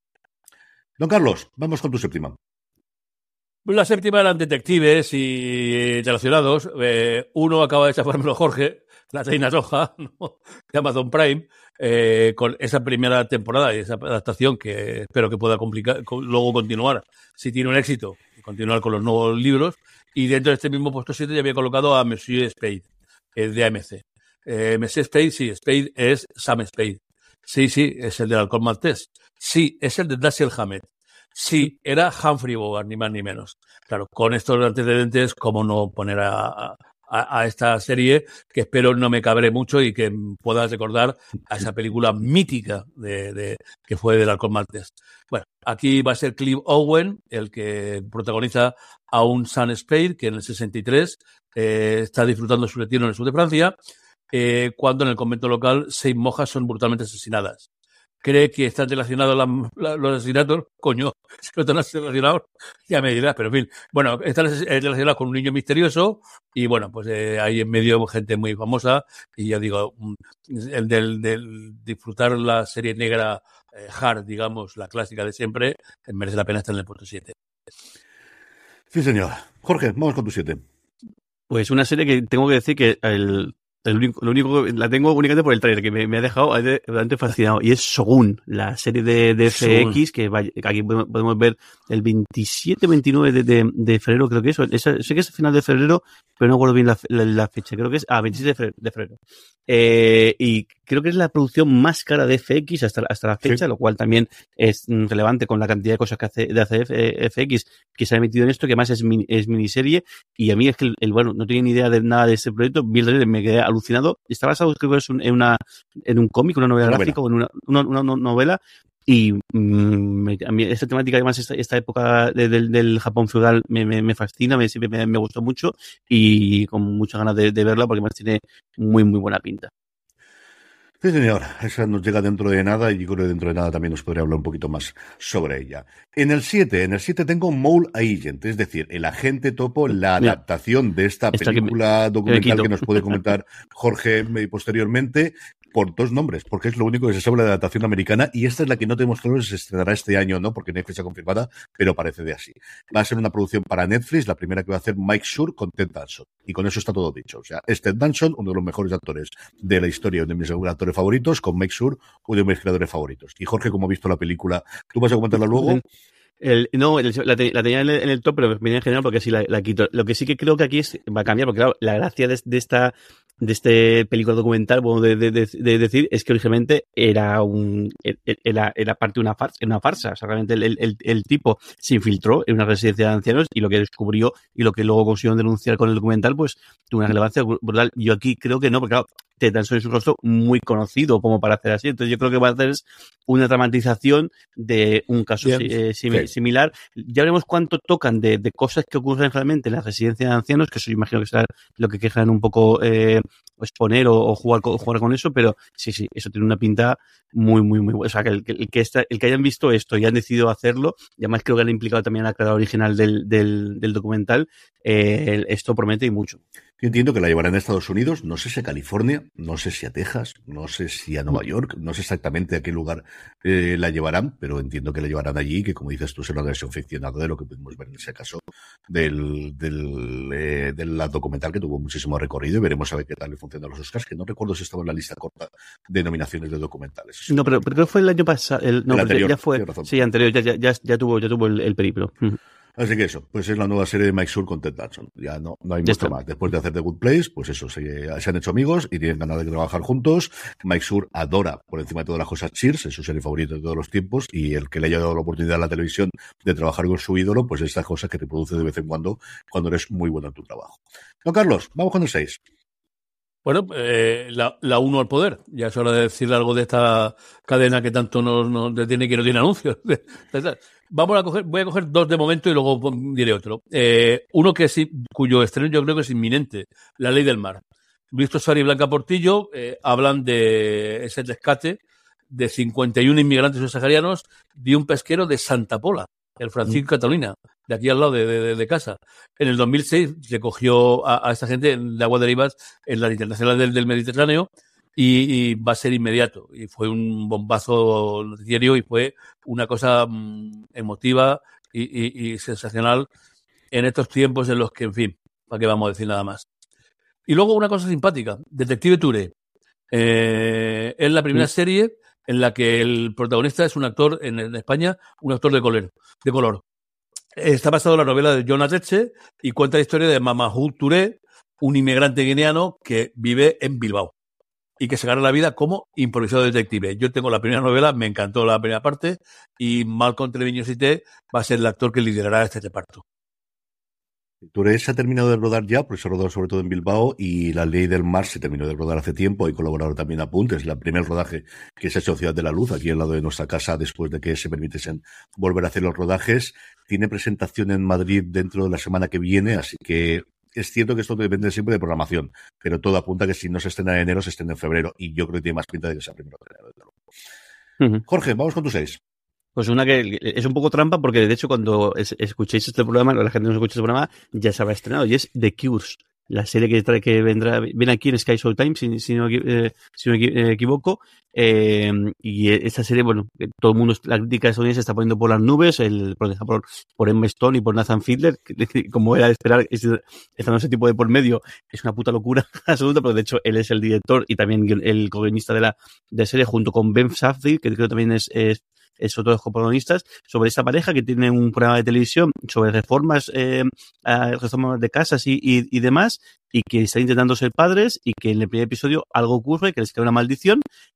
Don Carlos, vamos con tu séptima. La séptima eran detectives y relacionados. Eh, uno acaba de chafármelo Jorge, La Reina Roja, ¿no? De Amazon Prime, eh, con esa primera temporada y esa adaptación que espero que pueda complicar, luego continuar, si tiene un éxito, continuar con los nuevos libros. Y dentro de este mismo puesto siete ya había colocado a Monsieur Spade, el de A M C. Eh, Monsieur Spade, sí, Spade es Sam Spade. Sí, sí, es el del alcohol maltés. Sí, es el de Dashiell Hammett. Sí, era Humphrey Bogart, ni más ni menos. Claro, con estos antecedentes, cómo no poner a, a, a esta serie, que espero no me cabre mucho y que puedas recordar a esa película mítica de, de que fue del alcohol maltés. Bueno, aquí va a ser Clive Owen el que protagoniza a un Sam Spade que en el sesenta y tres eh, está disfrutando su retiro en el sur de Francia, eh, cuando en el convento local seis monjas son brutalmente asesinadas. cree que están relacionados la, la, los asesinatos, coño, si no están relacionados, ya me dirás, pero en fin, bueno, están relacionados con un niño misterioso y bueno, pues eh, hay en medio gente muy famosa y ya digo, el del, del disfrutar la serie negra eh, hard, digamos, la clásica de siempre, merece la pena estar en el puesto siete. Sí, señor. Jorge, vamos con tu siete. Pues una serie que tengo que decir que el, el único, lo único la tengo únicamente por el trailer, que me, me ha dejado bastante fascinado, y es Shogun, la serie de, de F X, que, vaya, que aquí podemos ver el veintisiete veintinueve de, de, de febrero, creo que es, esa, sé que es el final de febrero, pero no recuerdo bien la, la, la fecha, creo que es, ah, veintisiete de febrero. De febrero. Eh, y creo que es la producción más cara de F X hasta, hasta la fecha, sí. Lo cual también es relevante con la cantidad de cosas que hace, de hace F X que se ha metido en esto, que más es, mini, es miniserie, y a mí es que el, el bueno, no tenía ni idea de nada de este proyecto, vi el trailer, me quedé alucinado. Está basado, creo que es un, en una en un cómic, una novela, novela. gráfica o en una, una, una novela. Y mmm, a mí esta temática, además, esta, esta época de, de, del Japón feudal me, me, me fascina, me, me, me gustó mucho y con muchas ganas de, de verla porque además tiene muy, muy buena pinta. Sí, señor, esa nos llega dentro de nada y yo creo que dentro de nada también nos podría hablar un poquito más sobre ella. En el siete, en el siete tengo Mole Agent, es decir, el agente topo, la Mira, adaptación de esta película que me, documental que, que nos puede comentar Jorge posteriormente, por dos nombres, porque es lo único que se sabe de la adaptación americana, y esta es la que no tenemos claro si se estrenará este año o no, porque no hay fecha confirmada, pero parece de así. Va a ser una producción para Netflix, la primera que va a hacer Mike Schur con Ted Danson, y con eso está todo dicho. O sea, es Ted Danson, uno de los mejores actores de la historia, uno de mis actores favoritos, con Mike Schur, uno de mis creadores favoritos. Y Jorge, como ha visto la película, ¿tú vas a comentarla luego? El, no, el, la, te, la tenía en el, en el top, pero venía en general porque sí la, la quito. Lo que sí que creo que aquí es, va a cambiar, porque claro, la gracia de, de esta de este película documental, bueno, de, de, de, de decir, es que originalmente era un era, era parte de una farsa, una farsa. O sea, realmente el, el, el tipo se infiltró en una residencia de ancianos y lo que descubrió y lo que luego consiguieron denunciar con el documental, pues tuvo una relevancia brutal. Yo aquí creo que no, porque claro, Ted Danson es un rostro muy conocido como para hacer así. Entonces yo creo que va a hacer una dramatización de un caso eh, sim sí. similar. Ya veremos cuánto tocan de, de cosas que ocurren realmente en la residencia de ancianos, que eso yo imagino que será lo que quejan un poco eh, exponer o, o jugar, con, jugar con eso, pero sí, sí, eso tiene una pinta muy, muy, muy buena. O sea, que el, el, que está, el que hayan visto esto y han decidido hacerlo, y además creo que han implicado también a la creadora original del, del, del documental, eh, esto promete y mucho. Yo entiendo que la llevarán a Estados Unidos, no sé si a California, no sé si a Texas, no sé si a Nueva York, no sé exactamente a qué lugar eh, la llevarán, pero entiendo que la llevarán allí, que como dices tú será una versión ficcionada de lo que pudimos ver en ese caso del, del, eh, del documental, que tuvo muchísimo recorrido, y veremos a ver qué tal le funcionan los Oscars, que no recuerdo si estaba en la lista corta de nominaciones de documentales. Eso no, pero, pero creo que fue el año pasado, el, no, el anterior, ya fue, sí, anterior, ya, ya, ya tuvo, ya tuvo el, el periplo. Así que eso, pues es la nueva serie de Mike Schur con Ted Danson. Ya no, no hay mucho más. Después de hacer The Good Place, pues eso, se, se han hecho amigos y tienen ganas de trabajar juntos. Mike Schur adora, por encima de todas las cosas, Cheers, es su serie favorita de todos los tiempos, y el que le haya dado la oportunidad a la televisión de trabajar con su ídolo, pues estas cosas que reproduce de vez en cuando, cuando eres muy bueno en tu trabajo. No, Carlos, vamos con el seis. Bueno, eh, la, la uno al poder. Ya es hora de decir algo de esta cadena que tanto nos, nos detiene y que no tiene anuncios. Vamos a coger, voy a coger dos de momento y luego diré otro. Eh, uno que sí, cuyo estreno yo creo que es inminente, La Ley del Mar. Luis Tosar y Blanca Portillo eh, hablan de ese rescate de cincuenta y uno inmigrantes subsaharianos de un pesquero de Santa Pola, el Francisco mm. Catalina, de aquí al lado de, de, de casa. En el dos mil seis se cogió a, a esta gente de aguas derivas en la internacional del, del Mediterráneo y, y va a ser inmediato. Y fue un bombazo noticiario y fue una cosa mmm, emotiva y, y, y sensacional en estos tiempos en los que, en fin, ¿para qué vamos a decir nada más? Y luego una cosa simpática, Detective Touré. Eh, es la primera sí. serie en la que el protagonista es un actor, en, en España, un actor de color. De color. Está basado en la novela de John Ateche y cuenta la historia de Mamadou Touré, un inmigrante guineano que vive en Bilbao y que se gana la vida como improvisado detective. Yo tengo la primera novela, me encantó la primera parte, y Malcolm Treviño Sité va a ser el actor que liderará este reparto. Touré se ha terminado de rodar ya, porque se rodó sobre todo en Bilbao, y La Ley del Mar se terminó de rodar hace tiempo, y colaboraron también a Punt, es el primer rodaje que se ha hecho en Ciudad de la Luz, aquí al lado de nuestra casa, después de que se permitiesen volver a hacer los rodajes. Tiene presentación en Madrid dentro de la semana que viene, así que es cierto que esto depende siempre de programación, pero todo apunta a que si no se estrena en enero, se estrena en febrero, y yo creo que tiene más pinta de que sea primero de enero. Uh-huh. Jorge, vamos con tu seis. Pues una que es un poco trampa porque de hecho cuando es, escuchéis este programa, la gente no escucha este programa, ya se habrá estrenado y es The Cures, la serie que trae que vendrá, viene aquí en Sky Showtime, si, si, no, eh, si no me equivoco, eh, y esta serie, bueno, todo el mundo, la crítica estadounidense está poniendo por las nubes, el por, por Emma Stone y por Nathan Fielder, que, como era de esperar, estando ese tipo de por medio, es una puta locura absoluta, pero de hecho él es el director y también el co-guionista de la de serie junto con Ben Safdie, que creo también es, es es otro de los coprotagonistas, sobre esta pareja que tiene un programa de televisión sobre reformas, eh, reformas de casas y, y, y demás, y que están intentando ser padres y que en el primer episodio algo ocurre, que les cae una maldición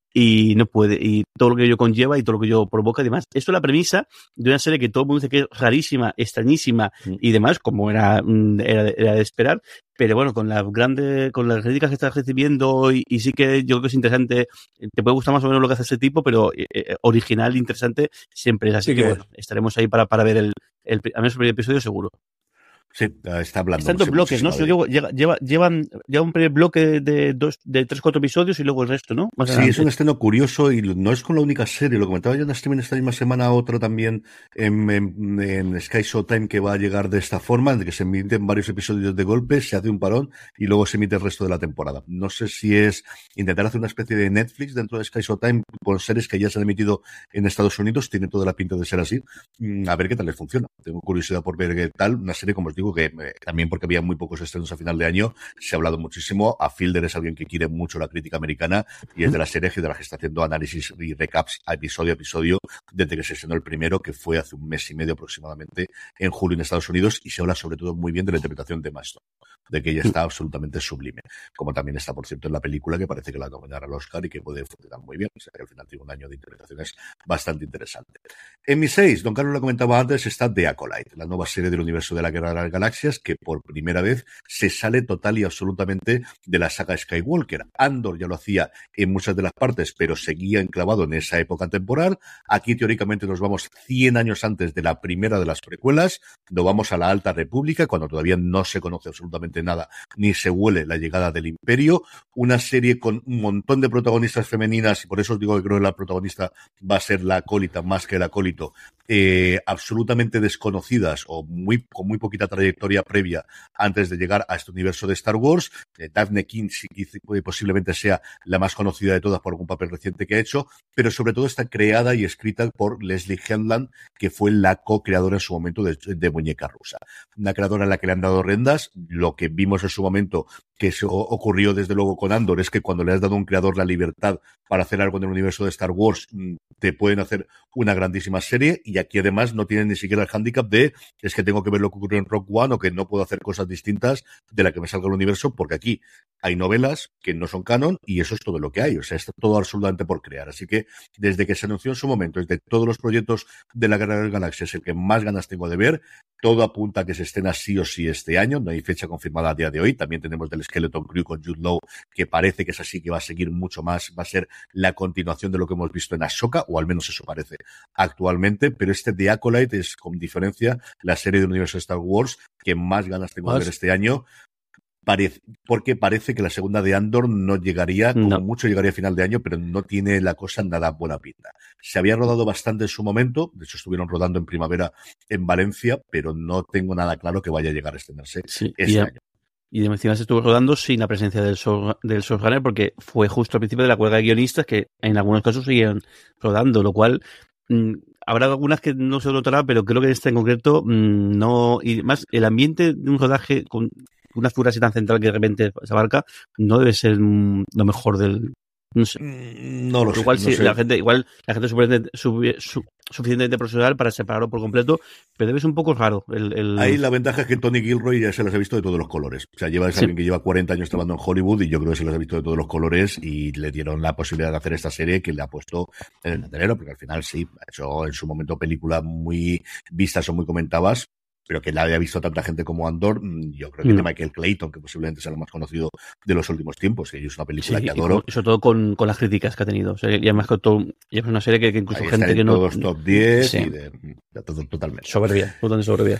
y no puede, y todo lo que ello conlleva y todo lo que ello provoca y demás. Esto es la premisa de una serie que todo el mundo dice que es rarísima, extrañísima y demás, como era, era, era de esperar, pero bueno, con las grandes, con las críticas que estás recibiendo y, y sí que yo creo que es interesante, te puede gustar más o menos lo que hace ese tipo, pero eh, original, interesante, siempre es así. Sí, que, que bueno, estaremos ahí para, para ver el, el, al menos el primer episodio seguro. Sí, está hablando. Están dos bloques, ¿no? Lleva, lleva, llevan ya un primer bloque de dos, de tres, cuatro episodios y luego el resto, ¿no? Más sí, adelante. Es un estreno curioso y no es con la única serie. Lo comentaba yo en streaming esta misma semana, otro también en, en, en Sky Showtime que va a llegar de esta forma, de que se emiten varios episodios de golpe, se hace un parón y luego se emite el resto de la temporada. No sé si es intentar hacer una especie de Netflix dentro de Sky Showtime con series que ya se han emitido en Estados Unidos. Tiene toda la pinta de ser así. A ver qué tal les funciona. Tengo curiosidad por ver qué tal. Una serie, como os digo, que eh, también porque había muy pocos estrenos a final de año, se ha hablado muchísimo. A Fielder es alguien que quiere mucho la crítica americana y es de la serie de la que está haciendo análisis y recaps a episodio a episodio desde que se estrenó el primero, que fue hace un mes y medio aproximadamente en julio en Estados Unidos, y se habla sobre todo muy bien de la interpretación de Maston, de que ella está absolutamente sublime, como también está, por cierto, en la película, que parece que la nominará al Oscar y que puede funcionar muy bien. O sea, que al final tiene un año de interpretaciones bastante interesante. En mi seis, don Carlos lo comentaba antes, está The Acolyte, la nueva serie del universo de la Guerra de las Galaxias, que por primera vez se sale total y absolutamente de la saga Skywalker. Andor ya lo hacía en muchas de las partes, pero seguía enclavado en esa época temporal. Aquí, teóricamente, nos vamos cien años antes de la primera de las precuelas, nos vamos a la Alta República, cuando todavía no se conoce absolutamente nada, ni se huele la llegada del Imperio. Una serie con un montón de protagonistas femeninas, y por eso os digo que creo que la protagonista va a ser la acólita más que el acólito, eh, absolutamente desconocidas o muy con muy poquita trayectoria previa antes de llegar a este universo de Star Wars. Eh, Daphne King sí, posiblemente sea la más conocida de todas por algún papel reciente que ha hecho, pero sobre todo está creada y escrita por Leslie Headland, que fue la co-creadora en su momento de, de Muñeca Rusa. Una creadora a la que le han dado rendas. Lo que vimos en su momento, que eso ocurrió desde luego con Andor, es que cuando le has dado a un creador la libertad para hacer algo en el universo de Star Wars, te pueden hacer una grandísima serie, y aquí además no tienen ni siquiera el hándicap de es que tengo que ver lo que ocurrió en Rogue One o que no puedo hacer cosas distintas de la que me salga el universo, porque aquí hay novelas que no son canon y eso es todo lo que hay. O sea, está todo absolutamente por crear. Así que desde que se anunció en su momento, desde todos los proyectos de la Guerra de las Galaxias, el que más ganas tengo de ver. Todo apunta a que se estrena sí o sí este año. No hay fecha confirmada a día de hoy. También tenemos del Skeleton Crew con Jude Law, que parece que es así, que va a seguir mucho más. Va a ser la continuación de lo que hemos visto en Ahsoka, o al menos eso parece actualmente. Pero este The Acolyte es, con diferencia, la serie del universo de Star Wars que más ganas tengo de ver este año. Parece, porque parece que la segunda de Andor no llegaría, como no. mucho llegaría a final de año, pero no tiene la cosa nada buena pinta. Se había rodado bastante en su momento, de hecho estuvieron rodando en primavera en Valencia, pero no tengo nada claro que vaya a llegar a extenderse sí, este y a, año. Y de encima se estuvo rodando sin la presencia del, show, del showrunner, porque fue justo al principio de la huelga de guionistas, que en algunos casos seguían rodando, lo cual... Mmm, habrá algunas que no se notará, pero creo que esta en concreto mmm, no... Y más, el ambiente de un rodaje con una figura así tan central que de repente se abarca, no debe ser mmm, lo mejor del... No sé. No lo igual, sé. Sí, no la sé. gente, igual la gente es suficientemente, su, su, suficientemente profesional para separarlo por completo, pero debe ser un poco raro. El, el... Ahí la ventaja es que Tony Gilroy ya se las ha visto de todos los colores. O sea, lleva, es sí. alguien que lleva cuarenta años trabajando en Hollywood y yo creo que se las ha visto de todos los colores y le dieron la posibilidad de hacer esta serie que le ha puesto en el candelero, porque al final sí, ha hecho en su momento películas muy vistas o muy comentadas, pero que la haya visto tanta gente como Andor, yo creo que mm. de Michael Clayton, que posiblemente sea lo más conocido de los últimos tiempos, y es una película sí, que adoro. Y sobre todo con, con las críticas que ha tenido. O sea, y además con todo, y es una serie que, que incluso ahí gente está que en no... todos top diez sí. y de, de todo, totalmente. Soberbia, totalmente soberbia.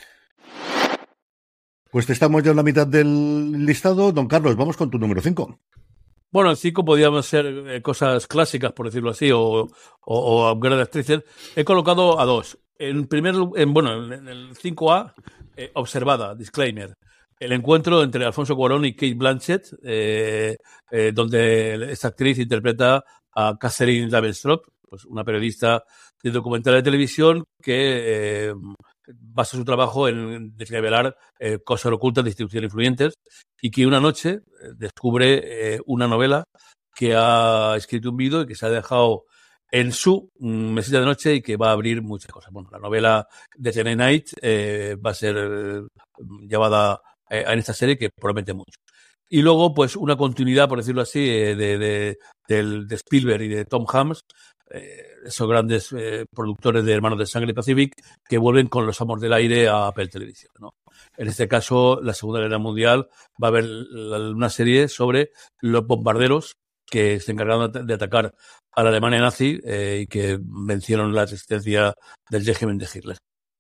Pues estamos ya en la mitad del listado. Don Carlos, vamos con tu número cinco. Bueno, en cinco podíamos ser eh, cosas clásicas, por decirlo así, o, o, o upgrade de actrices. He colocado a dos. En primer, en, bueno, en el cinco A, eh, observada, disclaimer. El encuentro entre Alfonso Cuarón y Cate Blanchett, eh, eh, donde esta actriz interpreta a Catherine Davenport, pues una periodista de documental de televisión que eh, basa su trabajo en desvelar eh, cosas ocultas de instituciones influyentes y que una noche eh, descubre eh, una novela que ha escrito un video y que se ha dejado en su mm, mesita de noche y que va a abrir muchas cosas. Bueno, la novela de Jane Knight eh, va a ser eh, llevada eh, en esta serie que promete mucho. Y luego, pues, una continuidad, por decirlo así, eh, de, de, de, de Spielberg y de Tom Hanks, eh, esos grandes eh, productores de Hermanos de Sangre Pacific, que vuelven con Los Amos del Aire a Apple Televisión, ¿no? En este caso, la Segunda Guerra Mundial, va a haber una serie sobre los bombarderos que se encargaron de atacar a la Alemania nazi eh, y que vencieron la resistencia del régimen de Hitler.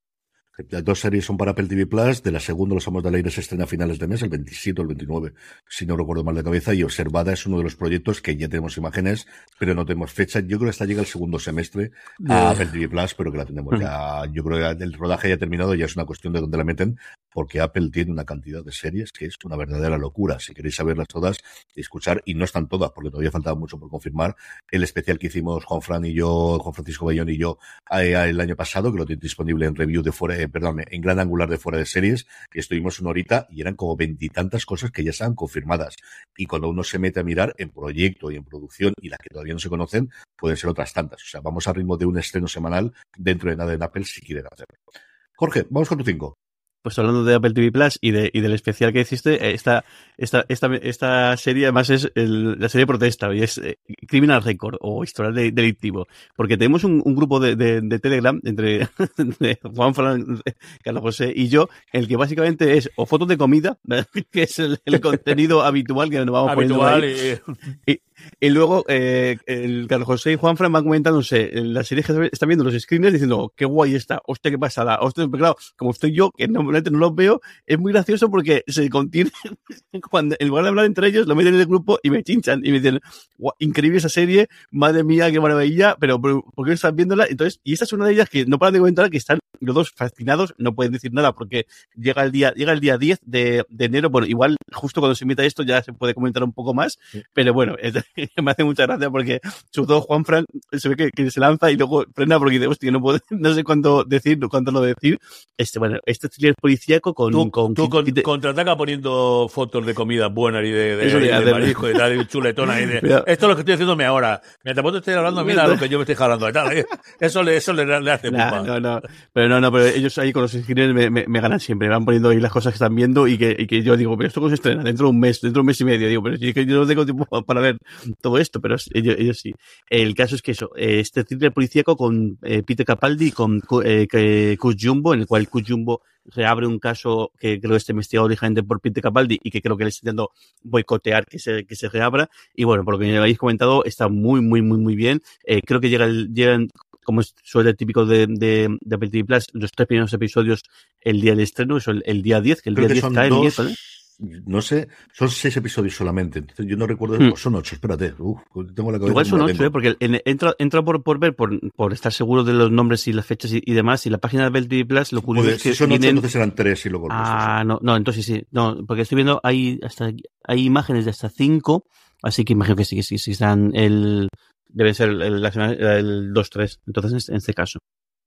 Las dos series son para Apple T V Plus. De la segunda, Los Amos del Aire, se estrena a finales de mes, el veintisiete o el veintinueve, si no recuerdo mal de cabeza. Y Observada es uno de los proyectos que ya tenemos imágenes, pero no tenemos fecha. Yo creo que hasta llega el segundo semestre a yeah. Apple T V Plus, pero que la tenemos uh-huh. ya. Yo creo que el rodaje ya ha terminado, ya es una cuestión de dónde la meten, porque Apple tiene una cantidad de series que es una verdadera locura. Si queréis saberlas todas y escuchar, y no están todas, porque todavía faltaba mucho por confirmar, el especial que hicimos Juan Fran y yo, Juan Francisco Bayón y yo, eh, el año pasado, que lo tenéis disponible en review de fuera, eh, perdón, en Gran Angular de Fuera de Series, y estuvimos una horita y eran como veintitantas cosas que ya estaban confirmadas. Y cuando uno se mete a mirar en proyecto y en producción, y las que todavía no se conocen, pueden ser otras tantas. O sea, vamos al ritmo de un estreno semanal dentro de nada en Apple si quieren hacerlo. Jorge, vamos con tu cinco. Pues hablando de Apple T V Plus y, de, y del especial que hiciste, esta, esta, esta, esta serie además es el, la serie de protesta y es eh, Criminal Record o historial de, delictivo. Porque tenemos un, un grupo de, de, de Telegram entre de Juan Fran, Carlos José y yo, en el que básicamente es o fotos de comida, que es el, el contenido habitual que nos vamos habitual poniendo ahí. Y, y, y luego eh, el Carlos José y Juan Fran van comentándose la serie que están viendo los screeners diciendo qué guay está, hostia, qué pasada, hostia, pero claro, como estoy yo, que no no los veo, es muy gracioso porque se contiene cuando en lugar de hablar entre ellos lo meten en el grupo y me chinchan y me dicen increíble esa serie, madre mía, qué maravilla, pero, pero ¿por qué estás viéndola? Entonces, y esta es una de ellas que no paran de comentar, que están los dos fascinados, no pueden decir nada porque llega el día llega el día diez de, de enero, bueno, igual justo cuando se emita esto ya se puede comentar un poco más, sí. Pero bueno, es, me hace mucha gracia porque sobre todo Juan Fran se ve que, que se lanza y luego frena porque dice, hostia, no puedo, no sé cuánto decir, cuánto no decir. Este, bueno, este thriller policíaco con... Tú, con, tú con, de... contraataca poniendo fotos de comida buena y de, de, de, de, de marisco y tal, y chuletona y de... Mira, esto es lo que estoy haciéndome ahora. Mientras vos estoy hablando, mira lo que yo me estoy jalando y tal. Eso le, eso le, le hace nah, pupa. No, no, pero no, no, pero ellos ahí con los screeners me, me, me ganan siempre. Me van poniendo ahí las cosas que están viendo y que, y que yo digo, pero esto se estrena dentro de un mes, dentro de un mes y medio. Digo, pero si es que yo no tengo tiempo para ver todo esto, pero ellos, ellos sí. El caso es que eso, este thriller policíaco con eh, Peter Capaldi y con eh, Cus Jumbo, en el cual Cus Jumbo reabre un caso que creo que está investigado originalmente por Peter Capaldi y que creo que le está intentando boicotear que se, que se reabra. Y bueno, por lo que me habéis comentado, está muy, muy, muy, muy bien. Eh, creo que llega el, llegan, como suele ser típico de, de, de Apple T V Plus, los tres primeros episodios el día del estreno, eso el, el día diez, que el creo día que diez cae el miércoles. No sé, son seis episodios solamente. Entonces yo no recuerdo, mm. son ocho, espérate. Uf, tengo la cabeza. Igual son ocho, ¿eh? Porque en, entra, entra por, por ver, por, por estar seguro de los nombres y las fechas y, y demás. Y la página de Apple T V Plus, lo curioso pues, es que. Si son tienen... ocho, entonces eran tres y luego. Ah, no, no, entonces sí, no, porque estoy viendo, hay hasta, hay imágenes de hasta cinco, así que imagino que sí, que sí, sí están el, debe ser el, el, el dos tres, entonces en este caso.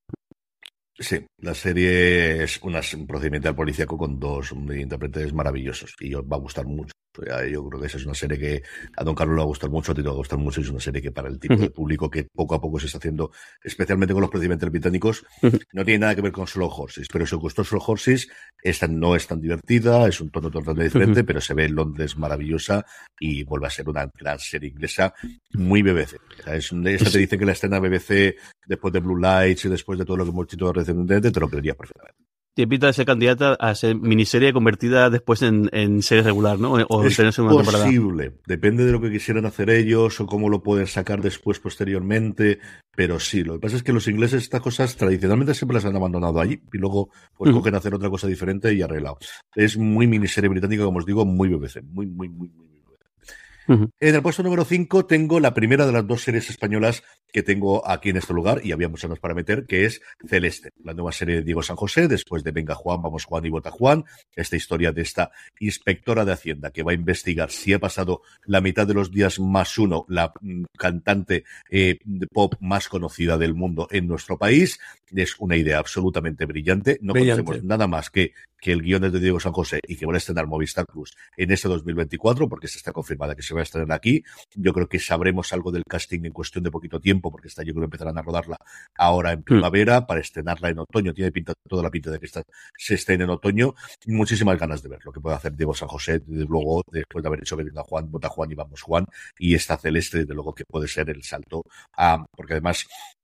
Sí, la serie es una, un procedimiento policíaco con dos intérpretes maravillosos y os va a gustar mucho. Yo creo que esa es una serie que a Don Carlos le va a gustar mucho, a ti te va a gustar mucho, y es una serie que para el tipo uh-huh. de público que poco a poco se está haciendo, especialmente con los procedimientos británicos, uh-huh. no tiene nada que ver con Slow Horses, pero si os gustó Slow Horses, esta no es tan divertida, es un tono totalmente diferente, uh-huh. pero se ve en Londres maravillosa y vuelve a ser una gran serie inglesa muy B B C. O sea, es, esta te dice que la escena B B C después de Blue Lights y después de todo lo que hemos dicho recientemente, te lo creería perfectamente. Tiene pinta de ser candidata a ser miniserie convertida después en, en serie regular, ¿no? O es en segunda temporada. Posible, depende de lo que quisieran hacer ellos o cómo lo pueden sacar después posteriormente, pero sí, lo que pasa es que los ingleses estas cosas tradicionalmente siempre las han abandonado allí y luego pues uh-huh. cogen a hacer otra cosa diferente y arreglado. Es muy miniserie británica, como os digo, muy B B C, muy, muy, muy, muy B B C. Uh-huh. En el puesto número cinco tengo la primera de las dos series españolas que tengo aquí en este lugar, y había muchas más para meter, que es Celeste, la nueva serie de Diego San José, después de Venga Juan, Vamos Juan y Vota Juan, esta historia de esta inspectora de Hacienda que va a investigar si ha pasado la mitad de los días más uno, la mm, cantante eh, de pop más conocida del mundo en nuestro país. Es una idea absolutamente brillante. No Brillante. conocemos nada más que, que el guion es de Diego San José y que van a estrenar Movistar Plus en este dos mil veinticuatro, porque se está confirmada que se va a estrenar aquí. Yo creo que sabremos algo del casting en cuestión de poquito tiempo, porque esta yo creo que empezarán a rodarla ahora en primavera, mm. para estrenarla en otoño. Tiene pinta, toda la pinta de que esta se estrene en otoño. Muchísimas ganas de ver lo que puede hacer Diego San José, desde luego, después de haber hecho Venga Juan, Vota Juan y Vamos Juan, y esta Celeste, desde luego que puede ser el salto a, porque además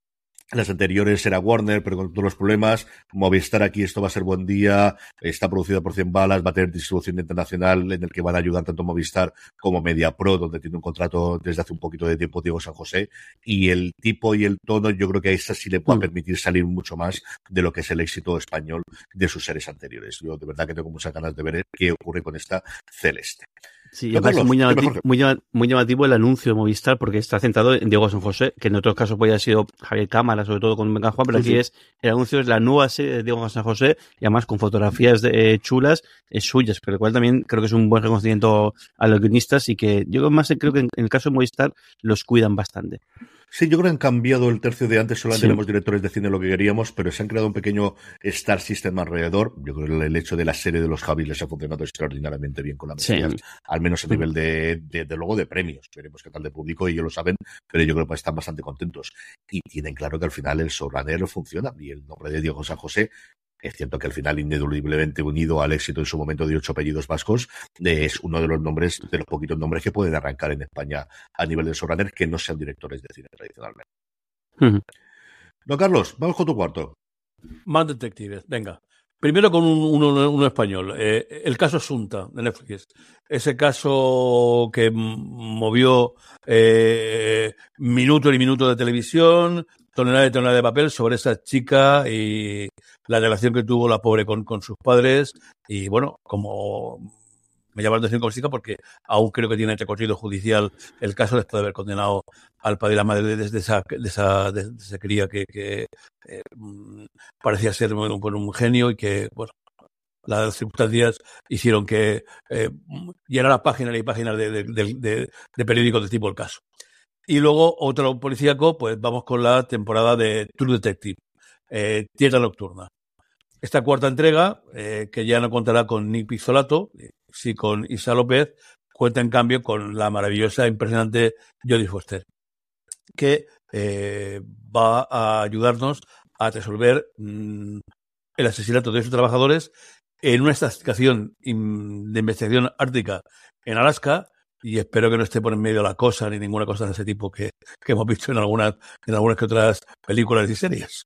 las anteriores era Warner, pero con todos los problemas. Movistar aquí, esto va a ser buen día, está producida por cien balas, va a tener distribución internacional en el que van a ayudar tanto Movistar como MediaPro, donde tiene un contrato desde hace un poquito de tiempo Diego San José, y el tipo y el tono, yo creo que a esta sí le va a permitir salir mucho más de lo que es el éxito español de sus series anteriores. Yo de verdad que tengo muchas ganas de ver qué ocurre con esta Celeste. Sí, y además es muy llamativo, muy, muy llamativo el anuncio de Movistar, porque está centrado en Diego San José, que en otros casos podría haber sido Javier Cámara, sobre todo con Venga Juan, pero sí, aquí sí. es el anuncio es la nueva serie de Diego San José, y además con fotografías de, eh, chulas, eh, suyas, pero lo cual también creo que es un buen reconocimiento a los guionistas, y que yo más creo que en, en el caso de Movistar los cuidan bastante. Sí, yo creo que han cambiado el tercio de antes, solamente sí. tenemos directores de cine lo que queríamos, pero se han creado un pequeño Star System alrededor. Yo creo que el hecho de la serie de los Javis les ha funcionado extraordinariamente bien con la Mesías, sí. al menos a nivel de, de, de luego de premios. Veremos qué tal de público, y ellos lo saben, pero yo creo que están bastante contentos. Y tienen claro que al final el showrunner funciona, y el nombre de Diego San José, es cierto que al final, ineludiblemente unido al éxito en su momento de ocho apellidos vascos, es uno de los nombres, de los poquitos nombres que pueden arrancar en España a nivel de showrunner que no sean directores de cine tradicionalmente. Uh-huh. Don Carlos, vamos con tu cuarto. Más detectives, venga. Primero con un, uno, uno español. Eh, el caso Sunta, de Netflix. Ese caso que movió eh, minuto y minuto de televisión, tonelada y tonelada de papel sobre esa chica y la relación que tuvo la pobre con, con sus padres. Y bueno, como me llama la atención como chica, porque aún creo que tiene recorrido judicial el caso después de haber condenado al padre y la madre desde esa, de esa, de esa cría que, que eh, parecía ser un, un genio, y que, bueno, las circunstancias hicieron que eh, llenara páginas y páginas de, de, de, de, de periódicos de tipo el caso. Y luego, otro policíaco, pues vamos con la temporada de True Detective, eh, Tierra Nocturna. Esta cuarta entrega, eh, que ya no contará con Nick Pizzolato, sí con Isa López, cuenta en cambio con la maravillosa e impresionante Jodie Foster, que eh, va a ayudarnos a resolver mmm, el asesinato de sus trabajadores en una estación de investigación ártica en Alaska, y espero que no esté por en medio la cosa ni ninguna cosa de ese tipo que, que hemos visto en algunas, en algunas que otras películas y series.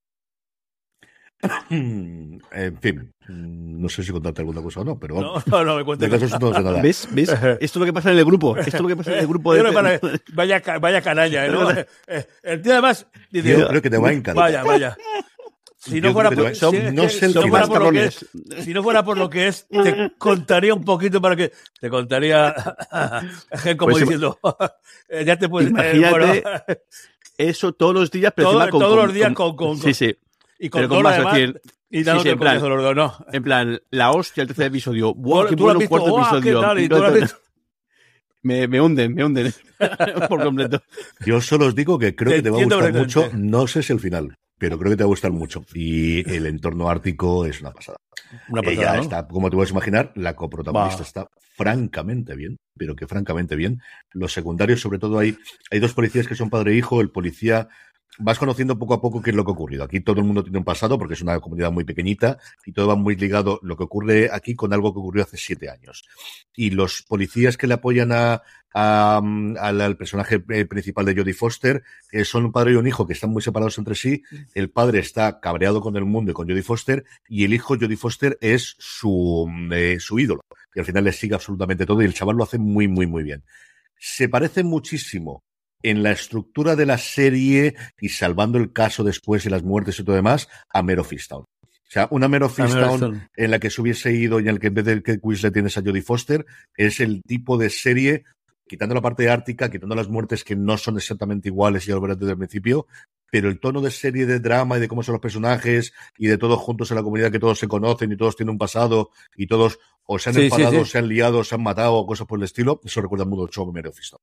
En fin, no sé si contarte alguna cosa o no, pero vamos. No, no, no me cuentes nada. No sé nada. ¿Ves? ¿Ves? Esto es lo que pasa en el grupo. Esto es lo que pasa en el grupo de... Vaya, vaya, vaya canalla, ¿no? El tío además... Dice, yo creo que te va a encantar. Vaya, vaya. Si no, fuera por, son, si, no sé el si, no fuera por lo que es, si no fuera por lo que es, te contaría un poquito para que... Te contaría... como pues diciendo... ya te puedes... Imagínate eh, bueno, eso todos los días, pero todo, con, todos con, los días con... con, con sí, sí. Y con pero con más, además, decir, y dándote sí, sí, en plan, los dos, no. En plan, la hostia, el tercer episodio. ¡Wow, qué tú bueno visto, cuarto oh, episodio! ¿Qué tal? ¿Y tú lo has visto? Me, me hunden, me hunden por completo. Yo solo os digo que creo te que te va a gustar mucho. No sé si el final, pero creo que te va a gustar mucho. Y el entorno ártico es una pasada. Una pasada, Ella ¿no? está, como te puedes imaginar, la coprotagonista Va. está francamente bien, pero que francamente bien. Los secundarios, sobre todo, hay, hay dos policías que son padre e hijo. El policía... Vas conociendo poco a poco qué es lo que ha ocurrido. Aquí todo el mundo tiene un pasado porque es una comunidad muy pequeñita y todo va muy ligado lo que ocurre aquí con algo que ocurrió hace siete años. Y los policías que le apoyan a, a, al, al personaje principal de Jodie Foster eh, son un padre y un hijo que están muy separados entre sí. El padre está cabreado con el mundo y con Jodie Foster, y el hijo, Jodie Foster, es su, eh, su ídolo. Y al final le sigue absolutamente todo, y el chaval lo hace muy, muy, muy bien. Se parece muchísimo en la estructura de la serie, y salvando el caso después y las muertes y todo demás, a Mare of Easttown. O sea, una Mare of Easttown en la que se hubiese ido y en el que en vez de que Weasley tienes a Jodie Foster, es el tipo de serie quitando la parte ártica, quitando las muertes que no son exactamente iguales, ya lo verás desde el principio, pero el tono de serie de drama y de cómo son los personajes y de todos juntos en la comunidad, que todos se conocen y todos tienen un pasado y todos o se han Sí, enfadado, sí, sí. o se han liado, o se han matado, o cosas por el estilo, eso recuerda mucho a Memory of Fisto.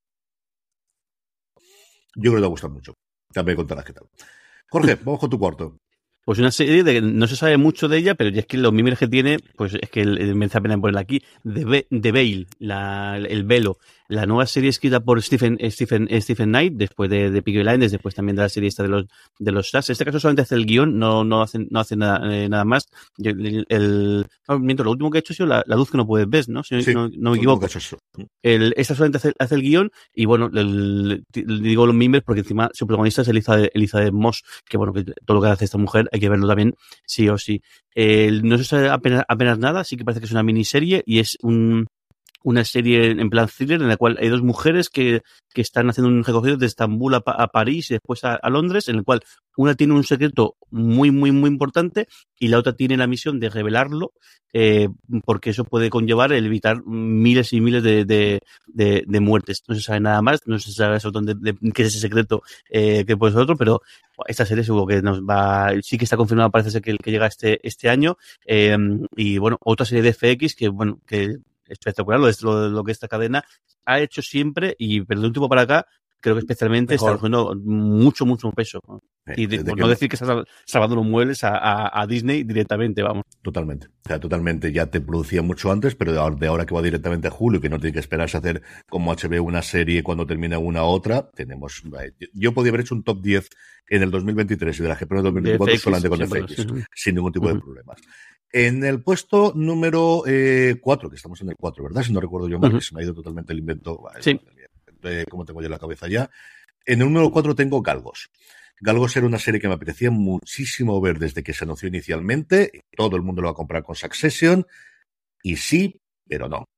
Yo creo que te va a gustar mucho. También contarás qué tal. Jorge, vamos con tu cuarto. Pues una serie de que no se sabe mucho de ella, pero ya es que los memes que tiene, pues es que el- el- merece la pena ponerla aquí. The, Ve- The Veil, la, el velo. La nueva serie escrita por Stephen, Stephen, Stephen Knight, después de, de Peaky Blinders, después también de la serie esta de los de los Stars. En este caso solamente hace el guión, no, no hace, no hace nada, eh, nada más. Y El, el, no, miento, lo último que ha hecho ha sido la, la luz que no puedes ver, ¿no? Si Sí, no, no me tú equivoco. nunca has hecho eso. El, esta solamente hace, hace el guión y bueno, el, el- digo los memes porque encima su protagonista es Elizabeth, Elizabeth Moss, que bueno, que todo lo que hace esta mujer hay que verlo también sí o sí. El, no se sabe apenas, apenas nada, sí que parece que es una miniserie y es un, una serie en plan thriller en la cual hay dos mujeres que, que están haciendo un recorrido de Estambul a, Pa- a París y después a, a Londres, en el cual una tiene un secreto muy, muy, muy importante y la otra tiene la misión de revelarlo, eh, porque eso puede conllevar el evitar miles y miles de, de, de, de muertes. No se sabe nada más, no se sabe absolutamente de, de qué es ese secreto eh, que puede ser otro, pero esta serie seguro que nos va, sí que está confirmada, parece ser que, que llega este, este año, eh, y bueno, otra serie de F X que bueno, que espectacular lo, de, lo, lo que esta cadena ha hecho siempre y pero de un tiempo para acá creo que especialmente Mejor. está cogiendo mucho, mucho peso. ¿no? Eh, Y de, desde por que no no- decir que está sal- salvando los muebles a, a, a Disney directamente, vamos. Totalmente. O sea, totalmente. Ya te producía mucho antes, pero de ahora, de ahora que va directamente a Hulu y que no tiene que esperarse a hacer como H B O una serie cuando termina una otra, tenemos... Yo, yo podía haber hecho un top diez en el dos mil veintitrés y de la G P en el dos mil veinticuatro De F X, solamente con siempre, F X, sí. sin ningún tipo de Ujú. problemas. En el puesto número eh, cuatro, que estamos en el cuatro, ¿verdad? Si no recuerdo yo mal, Ujú. que se me ha ido totalmente el invento. Ay, Sí. madre mía. Eh, ¿Cómo tengo yo la cabeza ya? En el número cuatro tengo Galgos. Galgos era una serie que me apetecía muchísimo ver desde que se anunció inicialmente. Todo el mundo lo va a comprar con Succession. Y sí, pero no.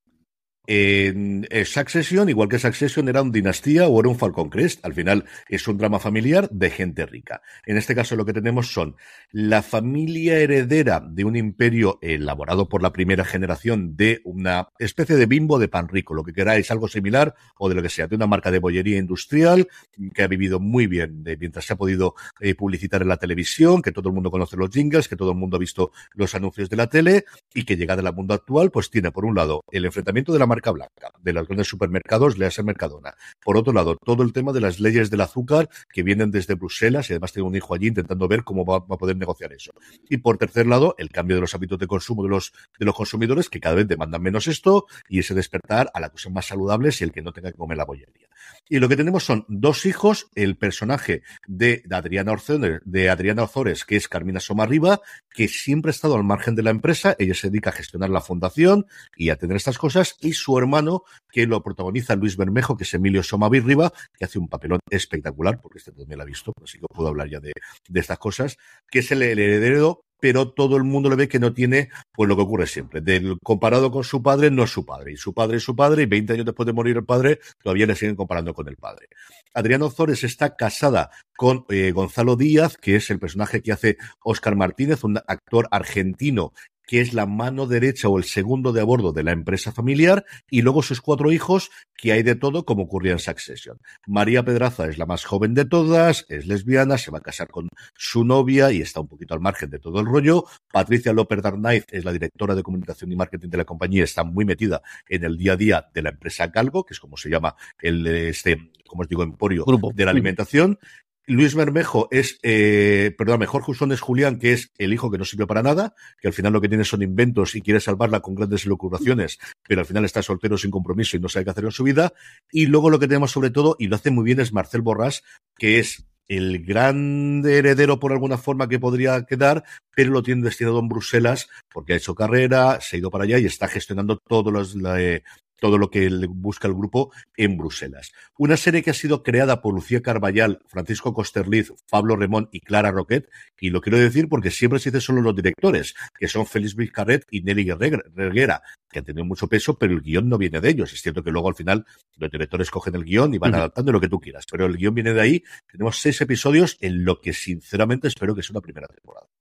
En eh, Succession, igual que Succession, era un Dinastía o era un Falcon Crest. Al final es un drama familiar de gente rica. En este caso lo que tenemos son la familia heredera de un imperio elaborado por la primera generación de una especie de Bimbo de pan rico, lo que queráis, algo similar o de lo que sea, de una marca de bollería industrial que ha vivido muy bien de, mientras se ha podido eh, publicitar en la televisión, que todo el mundo conoce los jingles, que todo el mundo ha visto los anuncios de la tele y que llegada al mundo actual pues tiene por un lado el enfrentamiento de la marca blanca, de los grandes supermercados, le hace Mercadona. Por otro lado, todo el tema de las leyes del azúcar que vienen desde Bruselas y además tiene un hijo allí intentando ver cómo va, va a poder negociar eso. Y por tercer lado, el cambio de los hábitos de consumo de los, de los consumidores que cada vez demandan menos esto y ese despertar a la cosa más saludable y el que no tenga que comer la bollería. Y lo que tenemos son dos hijos, el personaje de, de Adriana Ozores, de Adriana Ozores, que es Carmina Somarriba, que siempre ha estado al margen de la empresa, ella se dedica a gestionar la fundación y a tener estas cosas, y su hermano, que lo protagoniza Luis Bermejo, que es Emilio Somarriba, que hace un papelón espectacular, porque este también lo ha visto, así que puedo hablar ya de, de estas cosas, que es el heredero, pero todo el mundo le ve que no tiene, pues lo que ocurre siempre, del comparado con su padre, no es su padre, y su padre es su padre, y veinte años después de morir el padre, todavía le siguen comparando con el padre. Adriana Ozores está casada con eh, Gonzalo Díaz, que es el personaje que hace Óscar Martínez, un actor argentino que es la mano derecha o el segundo de a bordo de la empresa familiar, y luego sus cuatro hijos, que hay de todo, como ocurría en Succession. María Pedraza es la más joven de todas, es lesbiana, se va a casar con su novia y está un poquito al margen de todo el rollo. Patricia López Darnaiz es la directora de comunicación y marketing de la compañía, está muy metida en el día a día de la empresa Galgo, que es como se llama el este, como os digo, emporio Grupo. de la alimentación. Luis Bermejo es, eh, perdón, mejor Jusón es Julián, que es el hijo que no sirve para nada, que al final lo que tiene son inventos y quiere salvarla con grandes elucubraciones, pero al final está soltero sin compromiso y no sabe qué hacer en su vida. Y luego lo que tenemos sobre todo, y lo hace muy bien, es Marcel Borràs, que es el gran heredero por alguna forma que podría quedar, pero lo tiene destinado en Bruselas porque ha hecho carrera, se ha ido para allá y está gestionando todos los... La, eh, todo lo que busca el grupo en Bruselas. Una serie que ha sido creada por Lucía Carballal, Francisco Costerliz, Pablo Remón y Clara Roquet, y lo quiero decir porque siempre se dice solo los directores, que son Félix Vizcarret y Nelly Reguera, que han tenido mucho peso, pero el guión no viene de ellos. Es cierto que luego al final los directores cogen el guión y van uh-huh. adaptando lo que tú quieras, pero el guión viene de ahí. Tenemos seis episodios en lo que sinceramente espero que sea una primera temporada.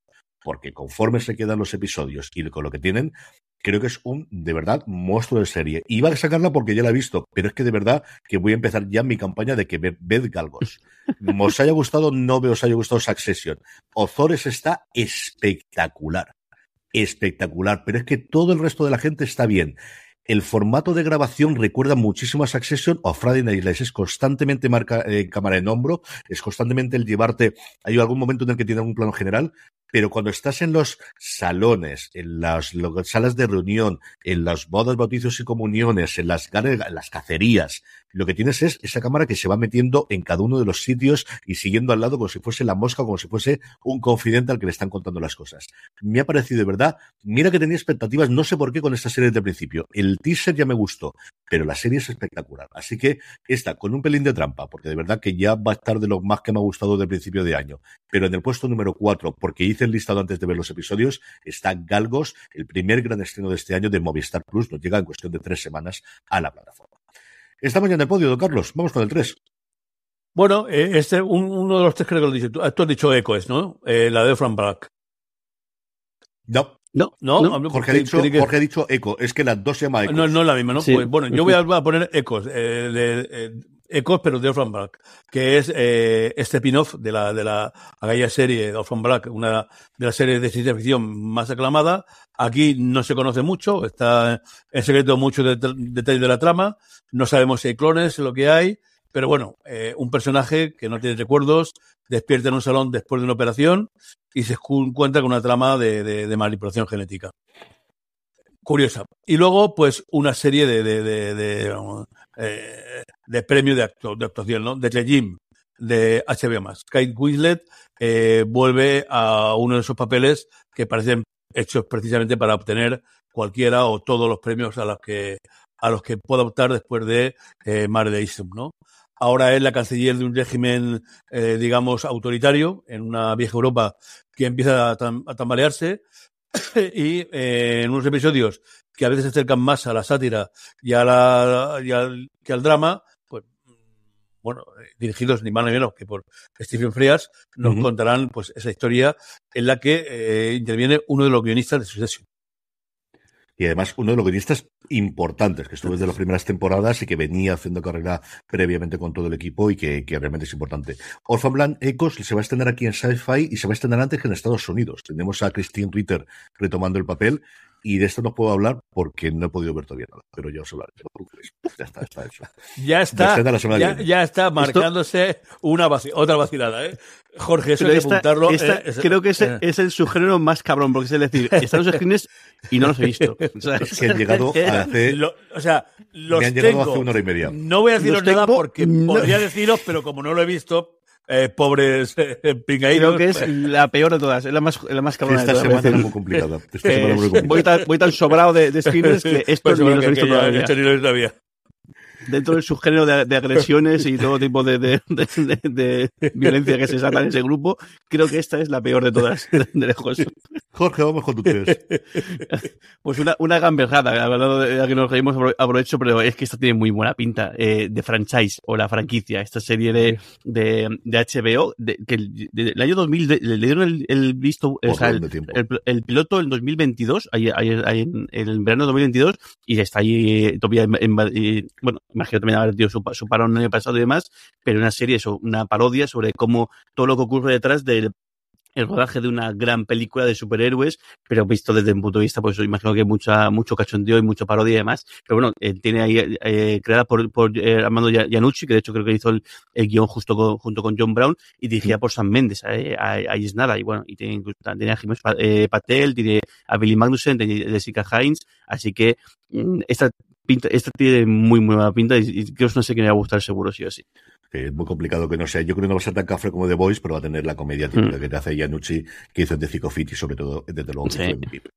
porque conforme se quedan los episodios y con lo que tienen, creo que es un, de verdad, monstruo de serie. Iba a sacarla porque ya la he visto, pero es que de verdad que voy a empezar ya mi campaña de que ved, ved Galgos. ¿Os haya gustado? No me os haya gustado Succession. Ozores está espectacular. Espectacular, pero es que todo el resto de la gente está bien. El formato de grabación recuerda muchísimo a Succession o a Friday Night Lights. Es constantemente marca, eh, cámara en hombro, es constantemente el llevarte. Hay algún momento en el que tiene un plano general, pero cuando estás en los salones, en las, las salas de reunión, en las bodas, bautizos y comuniones, en las, en las cacerías, lo que tienes es esa cámara que se va metiendo en cada uno de los sitios y siguiendo al lado como si fuese la mosca, como si fuese un confidente al que le están contando las cosas. Me ha parecido de verdad, mira que tenía expectativas, no sé por qué con esta serie desde el principio. El teaser ya me gustó, pero la serie es espectacular. Así que esta, con un pelín de trampa, porque de verdad que ya va a estar de lo más que me ha gustado del principio de año. Pero en el puesto número cuatro, porque hice el listado antes de ver los episodios, está Galgos, el primer gran estreno de este año de Movistar Plus. Nos llega en cuestión de tres semanas a la plataforma. Estamos ya en el podio, don Carlos. Vamos con el tres. Bueno, eh, este un, uno de los tres creo que lo dices tú. Tú has dicho Echoes, ¿no? Eh, la de Frank Black. No. No, no, no. Jorge, ha dicho, que... Jorge ha dicho Echo. Es que las dos se llama Echo. No, no es la misma, ¿no? Sí. Pues bueno, yo voy a, voy a poner Echoes. Eh, de, eh, Echoes, pero de Orphan Black, que es eh, este spin-off de la, de la aquella serie de Orphan Black, una de las series de ciencia ficción más aclamada. Aquí no se conoce mucho, está en secreto muchos det- detalles de la trama, no sabemos si hay clones, lo que hay, pero bueno, eh, un personaje que no tiene recuerdos, despierta en un salón después de una operación y se encuentra con una trama de, de, de manipulación genética. Curiosa. Y luego, pues, una serie de, de, de, de, eh, de premio de, acto, de actuación, ¿no? De The Gym, de H B O más. Kate Winslet eh, vuelve a uno de esos papeles que parecen hechos precisamente para obtener cualquiera o todos los premios a los que a los que pueda optar después de eh, Mare de Easttown, ¿no? Ahora es la canciller de un régimen, eh, digamos, autoritario en una vieja Europa que empieza a, tam- a tambalearse. Y eh, en unos episodios que a veces se acercan más a la sátira y, a la, y al, que al drama, pues bueno, dirigidos ni más ni menos que por Stephen Frears, nos uh-huh. contarán pues esa historia en la que eh, interviene uno de los guionistas de Succession. Y además uno de los guionistas importantes que estuvo desde las primeras temporadas y que venía haciendo carrera previamente con todo el equipo y que, que realmente es importante. Orphan Black Echoes se va a estrenar aquí en Sci-Fi y se va a estrenar antes que en Estados Unidos. Tenemos a Christine Ritter retomando el papel y de esto no puedo hablar porque no he podido ver todavía nada, pero ya os hablaré. Ya está, está hecho. Ya está, ya, ya está marcándose esto... una vaci- otra vacilada, ¿eh? Jorge, eso hay que apuntarlo. Esta, eh, es, creo que ese eh. es el subgénero más cabrón, porque es decir, están los screens y no los he visto. O sea, es que han llegado a hacer... Lo, o sea, los me han tengo. llegado hace una hora y media. No voy a deciros Los nada tengo, porque no. podría deciros, pero como no lo he visto, eh, pobres eh, pingaídos. Creo que es la peor de todas, es la más, la más cabrona Esta de todas. Semana es muy complicada. Esta eh, semana es muy complicada. Voy tan, voy tan sobrado de, de screens que esto pues ni bueno, los he que, visto que ya, todavía. esto ni lo he visto todavía. Dentro del subgénero de, de agresiones y todo tipo de, de, de, de, de violencia que se salta en ese grupo, creo que esta es la peor de todas, de, de lejos. Jorge, vamos con tu tres. Pues una, una gamberrada, la verdad, de la que nos reímos aprovecho, pero es que esta tiene muy buena pinta, eh, de franchise o la franquicia, esta serie de, de, de H B O, de, que el, de, el año dos mil de, le dieron el, el visto, o sea, el, el, el piloto en dos mil veintidós, ahí, ahí, ahí en, en el verano de dos mil veintidós, y está ahí eh, todavía, en, en, en, bueno, imagino también haber tenido su, su parón el año pasado y demás, pero una serie, eso, una parodia sobre cómo todo lo que ocurre detrás del el rodaje de una gran película de superhéroes, pero visto desde un punto de vista, pues imagino que mucha, mucho cachondeo y mucha parodia y demás. Pero bueno, eh, tiene ahí, eh, creada por, por eh, Armando Iannucci, que de hecho creo que hizo el, el guión justo con, junto con John Brown, y dirigida por Sam Mendes, eh, ahí, ahí es nada. Y bueno, y tiene, tiene a Jiménez eh, Patel, tiene a Billy Magnussen, tiene a Jessica Hines, así que mmm, esta pinta, esta tiene muy, muy buena pinta y, y creo que no sé que me va a gustar seguro, sí o sí. Es muy complicado que no sea. Yo creo que no va a ser tan cafre como The Voice, pero va a tener la comedia típica mm. que te hace Iannucci, que hizo The Thick of It y sobre todo, desde luego, que sí. fue M V P.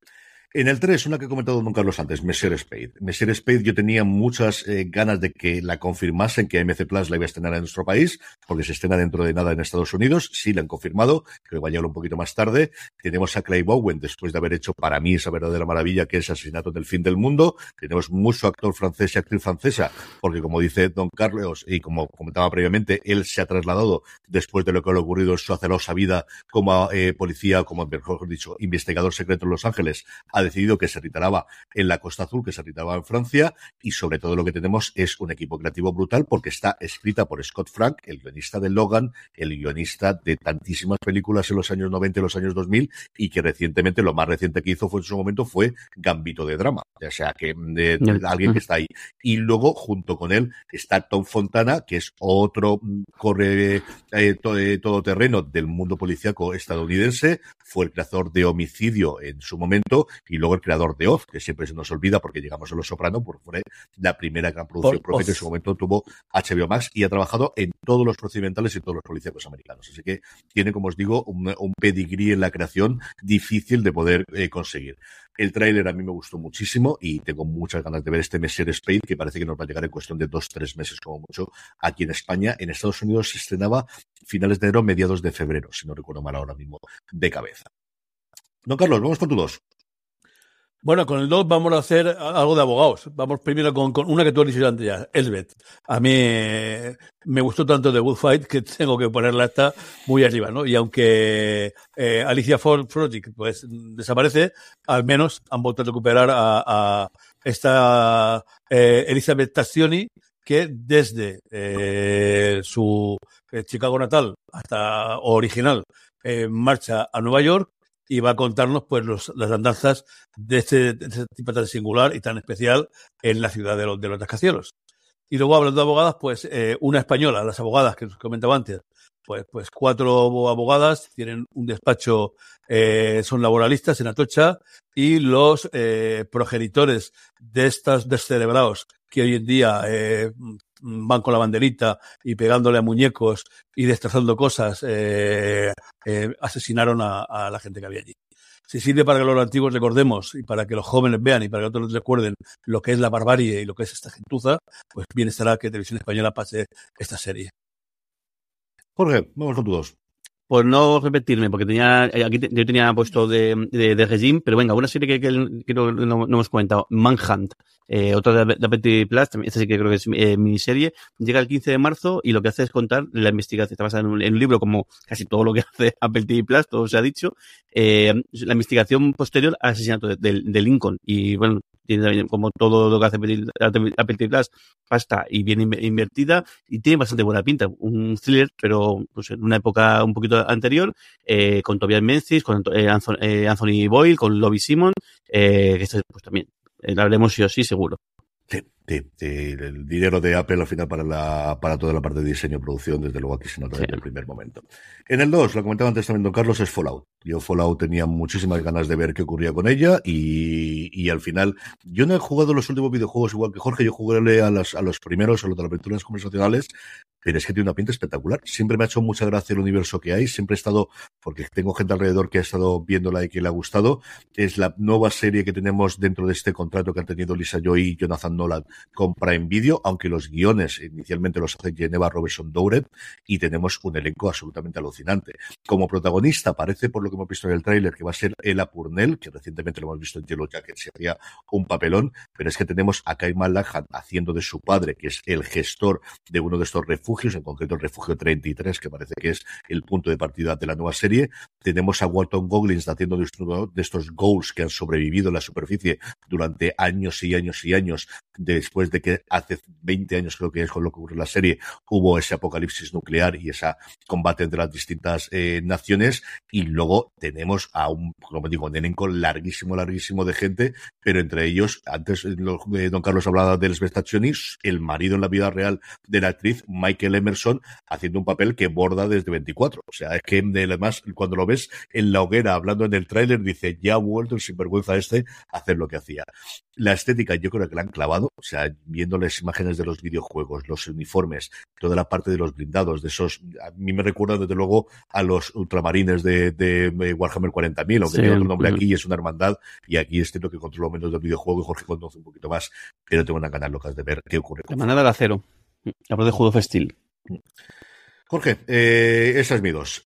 En el tres, una que ha comentado don Carlos antes, Monsieur Spade. Monsieur Spade, yo tenía muchas eh, ganas de que la confirmasen, que A M C Plus la iba a estrenar en nuestro país, porque se estrena dentro de nada en Estados Unidos. Sí, la han confirmado, creo que va a llegar un poquito más tarde. Tenemos a Clive Owen, después de haber hecho para mí esa verdadera maravilla que es Asesinato del Fin del Mundo. Tenemos mucho actor francés y actriz francesa, porque como dice don Carlos, y como comentaba previamente, él se ha trasladado después de lo que le ha ocurrido en su azarosa vida como eh, policía, como mejor dicho, investigador secreto en Los Ángeles, ha decidido que se retiraba en la Costa Azul, que se retiraba en Francia, y sobre todo lo que tenemos es un equipo creativo brutal porque está escrita por Scott Frank, el guionista de Logan, el guionista de tantísimas películas en los años noventa y los años dos mil, y que recientemente, lo más reciente que hizo fue en su momento fue Gambito de Drama, o sea que de, de, de alguien que está ahí. Y luego, junto con él, está Tom Fontana, que es otro corre eh, to, eh, todoterreno del mundo policíaco estadounidense, fue el creador de Homicidio en su momento, y luego el creador de Oz, que siempre se nos olvida porque llegamos a Los Soprano, porque fue la primera gran producción propia que en su momento tuvo H B O Max, y ha trabajado en todos los procedimentales y todos los policíacos americanos. Así que tiene, como os digo, un, un pedigrí en la creación difícil de poder eh, conseguir. El tráiler a mí me gustó muchísimo y tengo muchas ganas de ver este Monsieur Spade, que parece que nos va a llegar en cuestión de dos, tres meses como mucho aquí en España. En Estados Unidos se estrenaba finales de enero, mediados de febrero, si no recuerdo mal ahora mismo de cabeza. Don Carlos, vamos con tu dos. Bueno, con el dos vamos a hacer algo de abogados. Vamos primero con, con una que tú has dicho antes ya, Elsbeth. A mí eh, me gustó tanto The Good Fight que tengo que ponerla esta muy arriba, ¿no? Y aunque eh, Alicia Florrick pues desaparece, al menos han vuelto a recuperar a, a esta eh, Elizabeth Tastioni, que desde eh, su eh, Chicago natal hasta original eh, marcha a Nueva York y va a contarnos pues los, las andanzas de este, de este tipo tan singular y tan especial en la ciudad de los, de los rascacielos. Y luego, hablando de abogadas, pues eh, una española, las abogadas que os comentaba antes, pues, pues cuatro abogadas, tienen un despacho, eh, son laboralistas en Atocha, y los eh, progenitores de estas descerebrados que hoy en día eh, van con la banderita y pegándole a muñecos y destrozando cosas, eh, eh, asesinaron a, a la gente que había allí. Si sirve para que los antiguos recordemos y para que los jóvenes vean y para que otros recuerden lo que es la barbarie y lo que es esta gentuza, pues bien estará que Televisión Española pase esta serie. Jorge, vamos con tu dos. Pues no repetirme, porque tenía aquí yo tenía puesto de, de, de Regime, pero venga, una serie que, que, que no, no, no hemos comentado, Manhunt, eh, otra de, de Apple T V Plus, también, esta sí que creo que es eh, miniserie, llega el quince de marzo y lo que hace es contar la investigación, está basada en un, en un libro como casi todo lo que hace Apple T V Plus, todo se ha dicho, eh, la investigación posterior al asesinato de, de, de Lincoln, y bueno, tiene también, como todo lo que hace Apple T V Plus, pasta y bien invertida, y tiene bastante buena pinta, un thriller, pero pues en una época un poquito anterior, eh, con Tobias Menzies, con eh, Anthony, eh, Anthony Boyle, con Lobby Simon, eh, que esto pues también eh, la haremos sí o sí seguro. Sí, sí, sí, el dinero de Apple al final para la para toda la parte de diseño y producción, desde luego aquí se nota desde sí. el primer momento. En el dos, lo comentaba antes también don Carlos, es Fallout. Yo Fallout tenía muchísimas ganas de ver qué ocurría con ella y, y al final, yo no he jugado los últimos videojuegos igual que Jorge, yo jugué a, las, a los primeros, a los de las aventuras conversacionales, pero es que tiene una pinta espectacular. Siempre me ha hecho mucha gracia el universo que hay, siempre he estado, porque tengo gente alrededor que ha estado viéndola y que le ha gustado, es la nueva serie que tenemos dentro de este contrato que han tenido Lisa Joy y Jonathan Nolan con Prime Video, aunque los guiones inicialmente los hace Geneva Robertson Dowred, y tenemos un elenco absolutamente alucinante. Como protagonista parece, por lo que hemos visto en el tráiler, que va a ser Ella Purnell, que recientemente lo hemos visto en Yellow Jacket, se hacía un papelón, pero es que tenemos a Kyle MacLachlan haciendo de su padre, que es el gestor de uno de estos refugios, en concreto el refugio treinta y tres, que parece que es el punto de partida de la nueva serie. Tenemos a Walton Goggins haciendo de estos, de estos ghouls que han sobrevivido en la superficie durante años y años y años, después de que hace veinte años, creo que es con lo que ocurre en la serie, hubo ese apocalipsis nuclear y ese combate entre las distintas eh, naciones. Y luego tenemos a un, como digo, un elenco larguísimo, larguísimo de gente, pero entre ellos, antes eh, don Carlos hablaba de Elsbeth Tachioni, el marido en la vida real de la actriz, Michael Emerson, haciendo un papel que borda desde veinticuatro. O sea, es que además, cuando lo ves en la hoguera, hablando en el tráiler, dice, ya ha vuelto el sinvergüenza este a hacer lo que hacía. La estética yo creo que la han clavado, o sea, sea, viendo las imágenes de los videojuegos, los uniformes, toda la parte de los blindados, de esos, a mí me recuerda desde luego a los ultramarines de, de Warhammer cuarenta mil, aunque sí, tiene otro nombre uh-huh. aquí y es una hermandad, y aquí es cierto que controlo menos del videojuego y Jorge conoce un poquito más, pero tengo unas ganas locas de ver qué ocurre. La manada del acero, hablo de Judo Festil. Jorge, eh, esa es mi dos.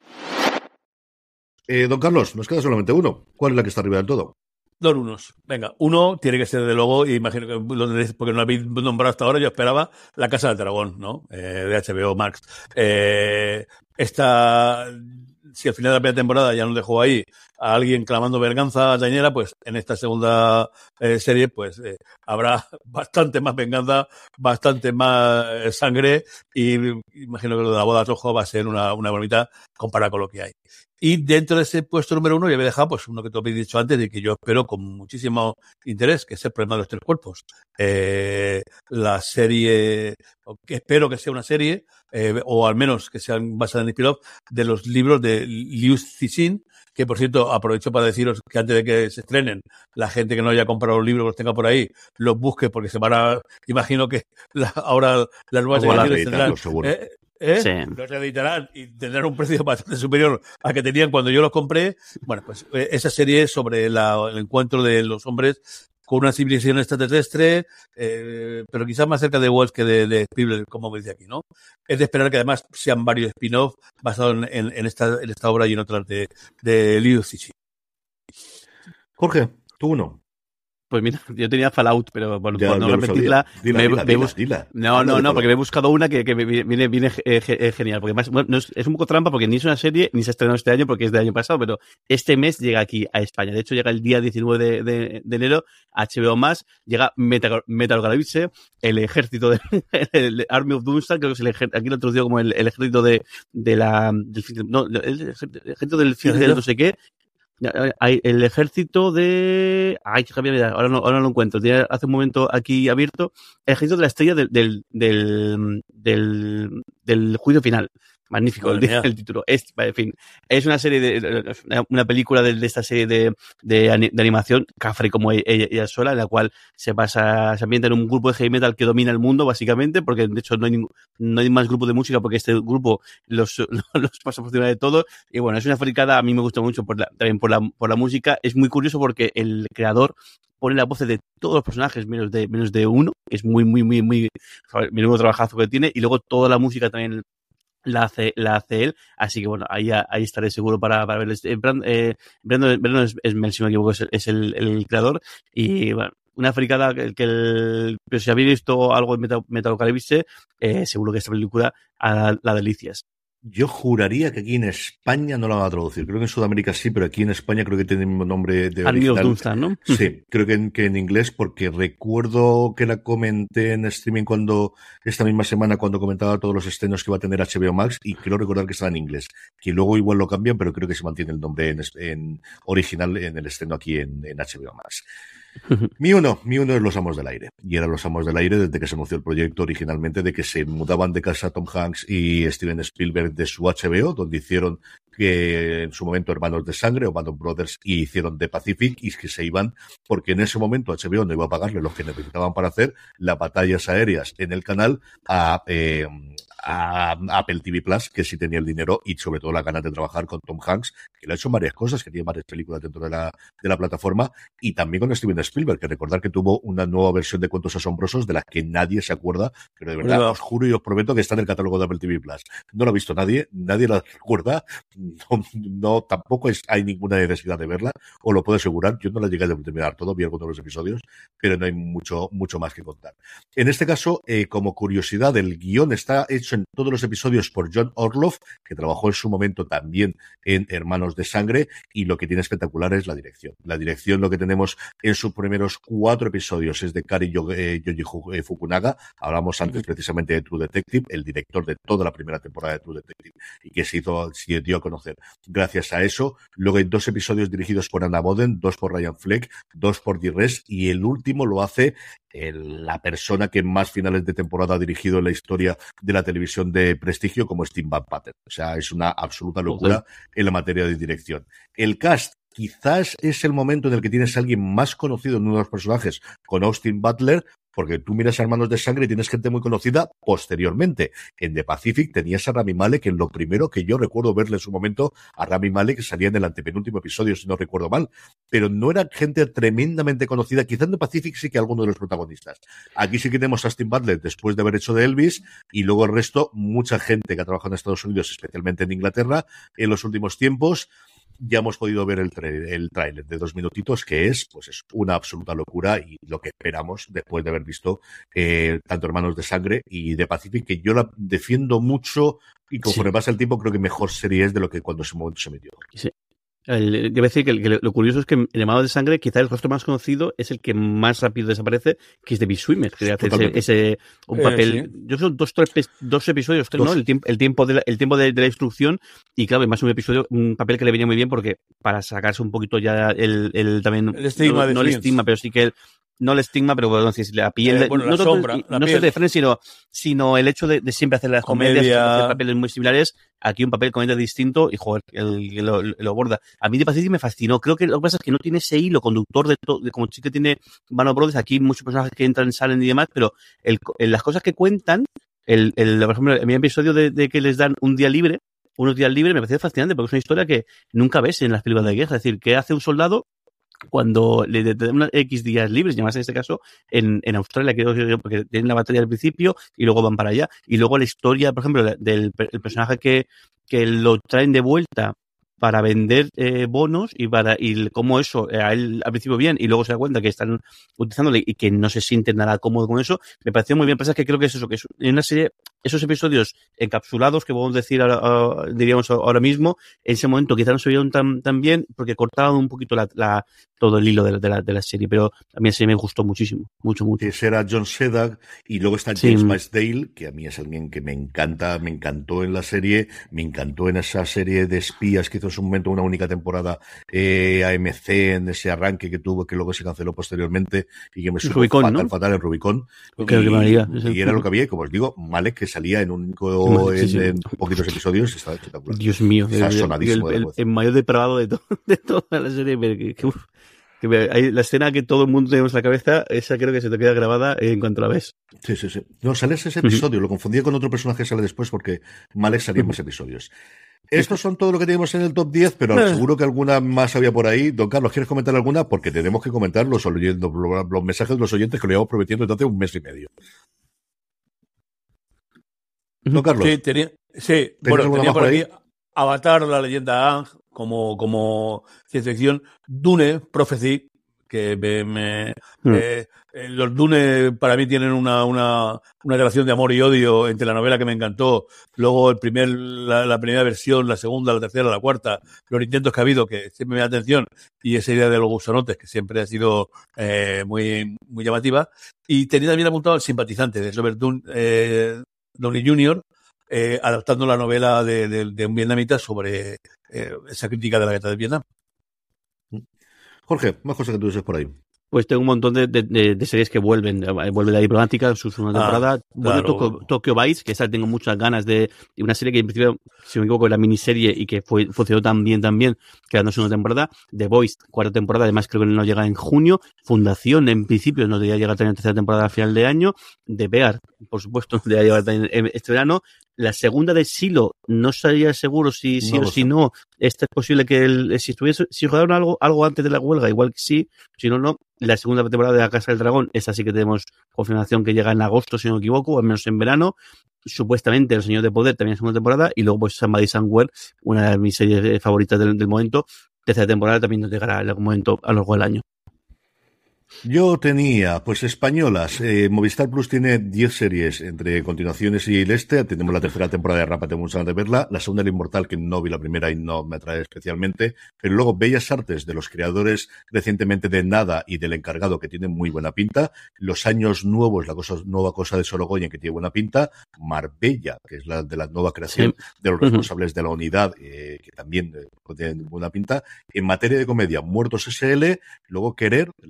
Eh, don Carlos, nos queda solamente uno. ¿Cuál es la que está arriba del todo? Dos unos. Venga, uno tiene que ser de luego, y imagino que porque no lo habéis nombrado hasta ahora, yo esperaba La Casa del Dragón, ¿no? Eh, de H B O Max. Eh, esta, si al final de la primera temporada ya nos dejó ahí a alguien clamando venganza a Daenerys, pues en esta segunda eh, serie pues eh, habrá bastante más venganza, bastante más eh, sangre, y imagino que lo de la boda roja va a ser una, una bonita comparada con lo que hay. Y dentro de ese puesto número uno, yo había dejado pues uno que te habéis dicho antes y que yo espero con muchísimo interés, que es El Problema de los Tres Cuerpos. Eh, la serie, que espero que sea una serie, eh, o al menos que sean basadas en spin-off de los libros de Liu Cixin, que por cierto aprovecho para deciros que antes de que se estrenen, la gente que no haya comprado los libros, los tenga por ahí, los busque porque se van a, imagino que la, ahora las nuevas generaciones tendrán, eh, ¿Eh? Sí. Los reeditarán y tendrán un precio bastante superior al que tenían cuando yo los compré. Bueno, pues eh, esa serie es sobre la, el encuentro de los hombres con una civilización extraterrestre, eh, pero quizás más cerca de Wells que de, de Spielberg, como me dice aquí, ¿no? Es de esperar que además sean varios spin-off basados en, en, en, esta, en esta obra y en otras de, de Liu Cixin. Jorge, tú uno. Pues mira, yo tenía Fallout, pero bueno, ya, por no repetirla, dila, me, dila, me dila, bus... dila. No, no, no, porque me he buscado una que, que viene, viene eh, genial, porque más, bueno, no es, es un poco trampa porque ni es una serie ni se ha estrenado este año porque es del año pasado, pero este mes llega aquí a España. De hecho, llega el día diecinueve de, de, de enero, H B O más, llega Metal, Metal Galavice, el ejército de, el Army of Doomsday, creo que es el ejército, aquí lo he traducido como el, el ejército de, de la, del, no, el ejército del fin del no sé qué. Hay el ejército de... Ay, ahora no, ahora no lo encuentro. Tiene hace un momento aquí abierto. El ejército de la estrella del, del, del, del, del juicio final. Magnífico el, el título. Es, en fin, es una serie de, una película de, de esta serie de, de, de animación, cafre como ella, ella sola, en la cual se pasa, se ambienta en un grupo de heavy metal que domina el mundo, básicamente, porque de hecho no hay ningún, no hay más grupo de música porque este grupo los, los pasa por encima de todo. Y bueno, es una fricada, a mí me gusta mucho por la, también por la, por la música. Es muy curioso porque el creador pone las voces de todos los personajes, menos de, menos de uno, que es muy, muy, muy, muy, menudo trabajazo que tiene, y luego toda la música también la hace, la hace él, así que bueno, ahí, ahí estaré seguro para, para verles. Eh, Brand, eh, Brandon, Brandon es, es, si me equivoco, es, es el, el creador, y bueno, una fricada que, que el, pero si habéis visto algo de Metal, Metal Galavice, eh, seguro que esta película a la delicias. Yo juraría que aquí en España no la van a traducir. Creo que en Sudamérica sí, pero aquí en España creo que tiene el mismo nombre de original. Dunstan, ¿no? Sí, creo que en, que en inglés, porque recuerdo que la comenté en streaming cuando esta misma semana cuando comentaba todos los estrenos que va a tener H B O Max, y creo recordar que estaba en inglés. Que luego igual lo cambian, pero creo que se mantiene el nombre en, en original en el estreno aquí en, en H B O Max. Mi uno, mi uno es Los Amos del Aire. Y era Los Amos del Aire desde que se anunció el proyecto originalmente de que se mudaban de casa Tom Hanks y Steven Spielberg de su H B O, donde hicieron que en su momento Hermanos de Sangre o Band of Brothers y hicieron The Pacific, y que se iban porque en ese momento H B O no iba a pagarle lo que necesitaban para hacer las batallas aéreas en el canal a... Eh, a Apple T V Plus, que sí tenía el dinero y sobre todo las ganas de trabajar con Tom Hanks, que le ha hecho varias cosas, que tiene varias películas dentro de la, de la plataforma, y también con Steven Spielberg, que recordar que tuvo una nueva versión de Cuentos Asombrosos de la que nadie se acuerda, pero de verdad no. Os juro y os prometo que está en el catálogo de Apple T V Plus. No lo ha visto nadie, nadie la recuerda, no, no tampoco es, hay ninguna necesidad de verla, os lo puedo asegurar. Yo no la llegué a terminar todo, vi algunos de los episodios, pero no hay mucho, mucho más que contar. En este caso, eh, como curiosidad, el guión está hecho en todos los episodios por John Orloff, que trabajó en su momento también en Hermanos de Sangre, y lo que tiene espectacular es la dirección. La dirección, lo que tenemos en sus primeros cuatro episodios es de Kari Yoji Fukunaga. Hablamos antes precisamente de True Detective, el director de toda la primera temporada de True Detective, y que se hizo, se dio a conocer gracias a eso. Luego hay dos episodios dirigidos por Anna Boden, dos por Ryan Fleck, dos por G-Res, y el último lo hace el, la persona que más finales de temporada ha dirigido en la historia de la televisión de prestigio, como Steve Van Patten. O sea, es una absoluta locura en la materia de dirección. El cast quizás es el momento en el que tienes a alguien más conocido en uno de los personajes, con Austin Butler, porque tú miras a Hermanos de Sangre y tienes gente muy conocida posteriormente. En The Pacific tenías a Rami Malek, en lo primero que yo recuerdo verle en su momento a Rami Malek, que salía en el antepenúltimo episodio, si no recuerdo mal, pero no era gente tremendamente conocida. Quizá en The Pacific sí que alguno de los protagonistas. Aquí sí que tenemos a Austin Butler después de haber hecho de Elvis, y luego el resto, mucha gente que ha trabajado en Estados Unidos, especialmente en Inglaterra, en los últimos tiempos. Ya hemos podido ver el, tra- el tráiler de dos minutitos, que es, pues es una absoluta locura, y lo que esperamos después de haber visto eh, tanto Hermanos de Sangre y The Pacific, que yo la defiendo mucho, y conforme Sí. pasa el tiempo creo que mejor serie es de lo que cuando ese momento se metió. Sí. El, debo decir que, el- que lo curioso es que en Hermanos de Sangre quizá el rostro más conocido es el que más rápido desaparece, que es David Schwimmer, que hace ese, Totalmente. ese un Eh, papel. sí. Yo creo que son dos, tres, pe- dos episodios, tres, Dos. ¿no? El tiempo, el tiempo de la, el tiempo de, de la instrucción, y claro, además un episodio, un papel que le venía muy bien porque para sacarse un poquito ya el, el también El estigma no, de no el Friends. estigma, pero sí que el, no el estigma, pero bueno, decir, la piel, Eh, de- bueno, la no tanto- sombra, y- la no piel. solo de Friends, sino, sino el hecho de, de siempre hacer las comedias, Comedia. hacer papeles muy similares. Aquí un papel completamente distinto y, joder, el, el- lo, lo aborda. A mí de Pacific me fascinó. Creo que lo que pasa es que no tiene ese hilo conductor de todo, de como sí que tiene Band of Brothers. Aquí hay muchos personajes que entran, salen y demás, pero el, el- las cosas que cuentan, el, el, por ejemplo, el mi episodio de, de que les dan un día libre, unos días libres, me parece fascinante porque es una historia que nunca ves en las películas de guerra. Es decir, ¿qué hace un soldado cuando le dan unos X días libres, llamas en este caso, en, en Australia, creo que porque tienen la batalla al principio y luego van para allá? Y luego la historia, por ejemplo, del el personaje que, que lo traen de vuelta para vender eh, bonos y para y cómo eso, eh, a él al principio bien y luego se da cuenta que están utilizándole y que no se siente nada cómodo con eso, me pareció muy bien. Pasa que creo que es eso, que es en una serie, esos episodios encapsulados que podemos decir ahora, ahora, diríamos ahora mismo, en ese momento quizás no se vieron tan, tan bien porque cortaban un poquito la, la, todo el hilo de la, de, la, de la serie, pero a mí esa serie me gustó muchísimo, mucho, mucho. Ese era John Sedag, y luego está Sí. James Masdale, que a mí es alguien que me encanta, me encantó en la serie, me encantó en esa serie de espías que hizo en su momento una única temporada eh, A M C, en ese arranque que tuvo, que luego se canceló posteriormente y que me supo Rubicon, fatal, ¿no? fatal en Rubicon. Creo y, que me haría. Es el- y era lo que había, y como os digo, Malek, que salía en un único, Sí, sí. en, en poquitos episodios, estaba espectacular. Dios mío, Está el, sonadísimo el, de el, vergüenza. el mayor depravado de, to, de toda la serie. pero Que, que, uf, que me- hay la escena que todo el mundo tenemos en la cabeza, esa creo que se te queda grabada en cuanto la ves. Sí, sí, sí. No, sale ese episodio, lo confundía con otro personaje que sale después porque Malek salía en más episodios. Estos son todo lo que tenemos en el top diez, pero Eh. seguro que alguna más había por ahí. Don Carlos, ¿quieres comentar alguna? Porque tenemos que comentar los, oyen- los, los mensajes de los oyentes que lo llevamos prometiendo desde hace un mes y medio. Don Carlos, Sí, tenía, sí bueno, alguna tenía más por por aquí ahí? Avatar, la leyenda de Aang, como, como ciencia ficción, Dune, Prophecy, que me, me- Mm. eh, eh, los Dune para mí tienen una, una, una relación de amor y odio entre la novela que me encantó, luego el primer, la, la primera versión, la segunda, la tercera, la cuarta, los intentos que ha habido, que siempre me da atención, y esa idea de los gusanotes, que siempre ha sido eh, muy, muy llamativa. Y tenía también apuntado al simpatizante de Robert Down- eh, Downey junior, eh, adaptando la novela de, de, de un vietnamita sobre eh, esa crítica de la guerra de Vietnam. Jorge, más cosas que tú dices por ahí. Pues tengo un montón de, de, de, de series que vuelven. Eh, Vuelve La Diplomática, su segunda Ah, temporada. Vuelve claro. Tokyo, Tokyo Vice, que esa tengo muchas ganas de, de una serie que en principio, si no me equivoco, era miniserie y que fue, funcionó tan bien, tan bien, quedando segunda temporada. The Voice, cuarta temporada, además creo que no llega en junio. Fundación, en principio, no debería llegar también en tercera temporada a final de año. The Bear, por supuesto, no debería llegar también en este verano. La segunda de Silo, no estaría seguro si sí No o lo si sé. no. Esta es posible que el, si estuviese, si jugaron algo, algo antes de la huelga, igual que sí, si no, no. La segunda temporada de La Casa del Dragón, esa sí que tenemos confirmación que llega en agosto, si no me equivoco, o al menos en verano. Supuestamente El Señor de Poder, también segunda temporada, y luego pues Somebody Somewhere, una de mis series favoritas del, del momento. Tercera temporada también nos llegará en algún momento a lo largo del año. Yo tenía, pues españolas. Eh, Movistar Plus tiene diez series entre continuaciones y el este. Tenemos la tercera temporada de Rapa, tengo muchas ganas de verla. La segunda, El Inmortal, que no vi la primera y no me atrae especialmente. Pero luego Bellas Artes, de los creadores recientemente de Nada y del encargado, que tiene muy buena pinta. Los Años Nuevos, la cosa, nueva cosa de Sorogoyen, que tiene buena pinta. Marbella, que es la de la nueva creación Sí. de los Ujú. responsables de la unidad, eh, que también eh, tiene buena pinta. En materia de comedia, Muertos S L. Luego Querer, la responsable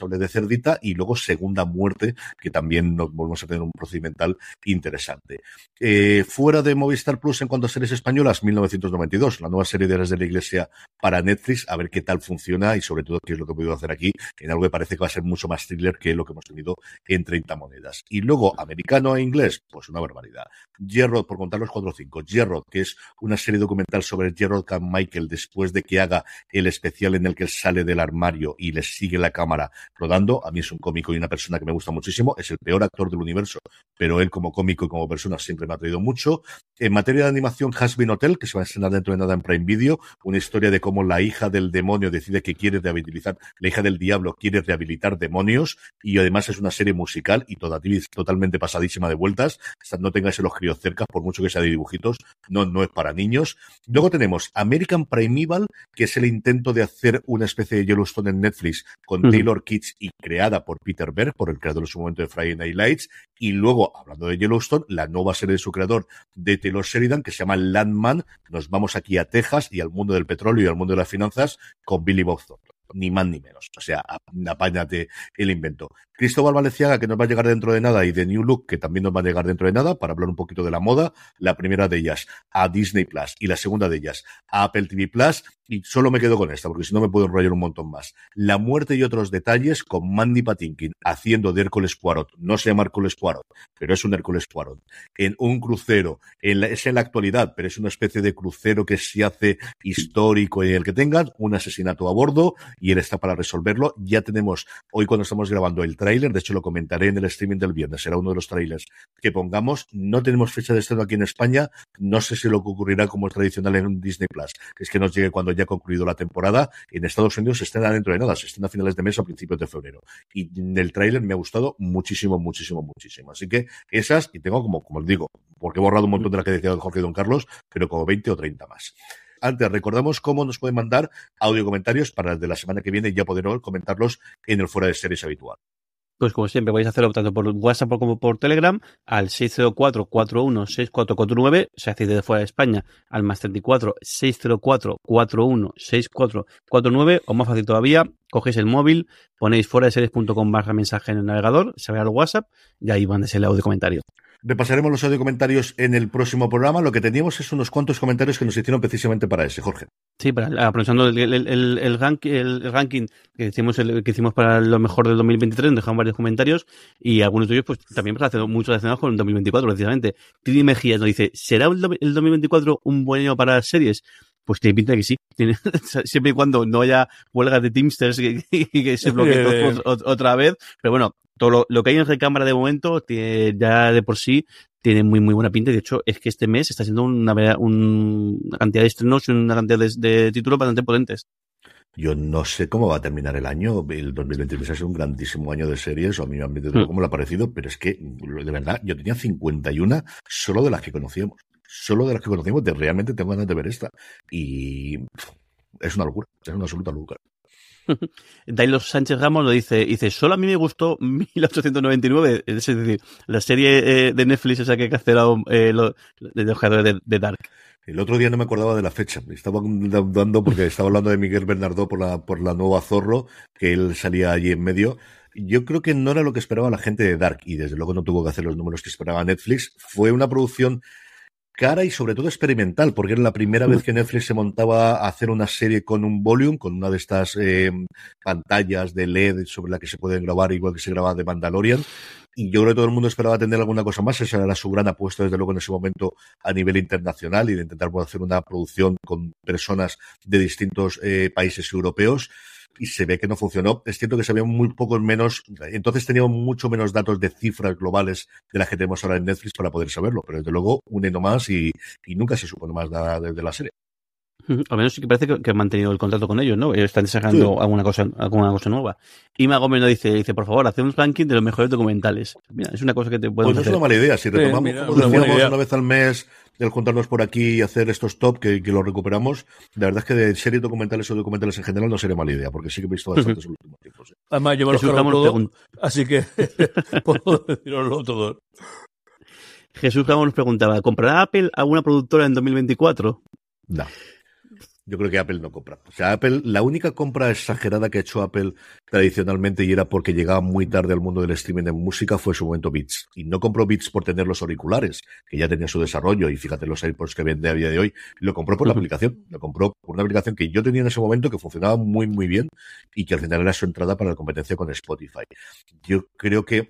responsable de Cerdita, y luego Segunda Muerte, que también nos volvemos a tener un procedimental interesante. Eh, fuera de Movistar Plus, en cuanto a series españolas, mil novecientos noventa y dos, la nueva serie de Eras de la Iglesia para Netflix, a ver qué tal funciona y sobre todo qué es lo que he podido hacer aquí, en algo que parece que va a ser mucho más thriller que lo que hemos tenido en treinta monedas. Y luego, americano e inglés, pues una barbaridad. Gerrod, por contar los cuatro o cinco, Gerrod, que es una serie documental sobre Gerrod Carmichael después de que haga el especial en el que él sale del armario y le sigue la cámara rodando. A mí es un cómico y una persona que me gusta muchísimo, es el peor actor del universo, pero él como cómico y como persona siempre me ha traído mucho. En materia de animación, Has Been Hotel, que se va a estrenar dentro de nada en Prime Video, una historia de cómo la hija del demonio decide que quiere rehabilitar, la hija del diablo quiere rehabilitar demonios, y además es una serie musical y toda, totalmente pasadísima de vueltas. No tengáis los críos cerca, por mucho que sea de dibujitos, no, no es para niños. Luego tenemos American Primeval, que es el intento de hacer una especie de Yellowstone en Netflix con mm. Taylor Kitsch y creada por Peter Berg, por el creador en su momento de Friday Night Lights. Y luego, hablando de Yellowstone, la nueva serie de su creador, de Taylor Sheridan, que se llama Landman. Nos vamos aquí a Texas y al mundo del petróleo y al mundo de las finanzas con Billy Bob Thornton. Ni más ni menos. O sea, apáñate el invento. Cristóbal Valenciaga, que nos va a llegar dentro de nada, y The New Look, que también nos va a llegar dentro de nada, para hablar un poquito de la moda. La primera de ellas a Disney Plus y la segunda de ellas a Apple T V Plus. Y solo me quedo con esta, porque si no me puedo enrollar un montón más. La muerte y otros detalles, con Mandy Patinkin haciendo de Hércules Poirot. No se llama Hércules Poirot, pero es un Hércules Poirot. En un crucero, en la, es en la actualidad, pero es una especie de crucero que se hace histórico en el que tengan un asesinato a bordo, y él está para resolverlo. Ya tenemos, hoy cuando estamos grabando, el tráiler, de hecho lo comentaré en el streaming del viernes, será uno de los tráilers que pongamos. No tenemos fecha de estreno aquí en España, no sé si lo que ocurrirá como es tradicional en Disney Plus, que es que nos llegue cuando ya ha concluido la temporada. En Estados Unidos se estrena dentro de nada, se estrena a finales de mes o a principios de febrero, y el tráiler me ha gustado muchísimo, muchísimo, muchísimo. Así que esas, y tengo como, como os digo, porque he borrado un montón de las que decía Jorge y Don Carlos, pero como veinte o treinta más. Antes, recordamos cómo nos pueden mandar audio comentarios para el de la semana que viene y ya poder comentarlos en el Fuera de Series habitual. Pues como siempre, vais a hacerlo tanto por WhatsApp como por Telegram al seis cero cuatro, cuatro uno seis cuatro cuatro nueve, o sea, si desde fuera de España, al más treinta y cuatro, seis cero cuatro, cuatro uno seis cuatro cuatro nueve, o más fácil todavía, cogéis el móvil, ponéis fuera de series punto com barra mensaje en el navegador, se ve al WhatsApp y ahí mandes el audio comentario. Repasaremos los audio comentarios en el próximo programa. Lo que teníamos es unos cuantos comentarios que nos hicieron precisamente para ese, Jorge. Sí, para, aprovechando el, el, el, el, rank, el, el ranking que hicimos, el, que hicimos para lo mejor del dos mil veintitrés, nos dejaron varios comentarios y algunos de ellos pues también muchos relacionados con el dos mil veinticuatro, precisamente. Trini Mejías nos dice, ¿será el, el dos mil veinticuatro un buen año para las series? Pues tiene pinta de que sí. Tiene, siempre y cuando no haya huelgas de Teamsters y que, que, que se bloquee todo otra vez. Pero bueno, todo lo, lo que hay en recámara de momento tiene, ya de por sí tiene muy muy buena pinta. De hecho, es que este mes está siendo una, un, una cantidad de estrenos y una cantidad de, de títulos bastante potentes. Yo no sé cómo va a terminar el año. El dos mil veintitrés ha sido un grandísimo año de series, o a mí me ha metido como lo ha parecido, pero es que, de verdad, yo tenía cincuenta y uno solo de las que conocíamos. Solo de las que conocíamos, de realmente tengo ganas de ver esta. Y es una locura, es una absoluta locura. Dailo Sánchez Ramos lo dice, dice, solo a mí me gustó mil ochocientos noventa y nueve, es decir, la serie eh, de Netflix esa que ha cancelado eh, los de jugadores de, de Dark. El otro día no me acordaba de la fecha, estaba dando porque estaba hablando de Miguel Bernardó por la, por la nueva Zorro, que él salía allí en medio. Yo creo que no era lo que esperaba la gente de Dark, y desde luego no tuvo que hacer los números que esperaba Netflix. Fue una producción cara y sobre todo experimental, porque era la primera vez que Netflix se montaba a hacer una serie con un volume, con una de estas eh, pantallas de L E D sobre la que se pueden grabar igual que se grababa de Mandalorian, y yo creo que todo el mundo esperaba tener alguna cosa más. Esa era su gran apuesta desde luego en ese momento a nivel internacional, y de intentar hacer una producción con personas de distintos eh, países europeos. Y se ve que no funcionó. Es cierto que se habían muy pocos menos, entonces teníamos mucho menos datos de cifras globales de las que tenemos ahora en Netflix para poder saberlo, pero desde luego un eno más y, y nunca se supone más nada de, de la serie. Al menos sí que parece que, que han mantenido el contrato con ellos, ¿no? Ellos están sacando sí. alguna cosa, alguna cosa nueva. Ima Gómez nos dice, dice, por favor, haz un ranking de los mejores documentales. Mira, es una cosa que te puedes Pues no hacer. es una mala idea. Si retomamos, sí, mira, como decíamos, una vez al mes, el juntarnos por aquí y hacer estos top, que, que los recuperamos, la verdad es que de series documentales o documentales en general no sería mala idea, porque sí que he visto bastantes en los últimos tiempos. ¿Sí? Además, yo me lo he todo, pregun- así que puedo deciroslo todo. Jesús Ramos nos preguntaba, ¿comprará Apple alguna productora en dos mil veinticuatro? No. Yo creo que Apple no compra. O sea, Apple, la única compra exagerada que ha hecho Apple tradicionalmente, y era porque llegaba muy tarde al mundo del streaming de música, fue en su momento Beats. Y no compró Beats por tener los auriculares, que ya tenía su desarrollo, y fíjate los AirPods que vende a día de hoy, lo compró por la aplicación. Lo compró por una aplicación que yo tenía en ese momento, que funcionaba muy, muy bien, y que al final era su entrada para la competencia con Spotify. Yo creo que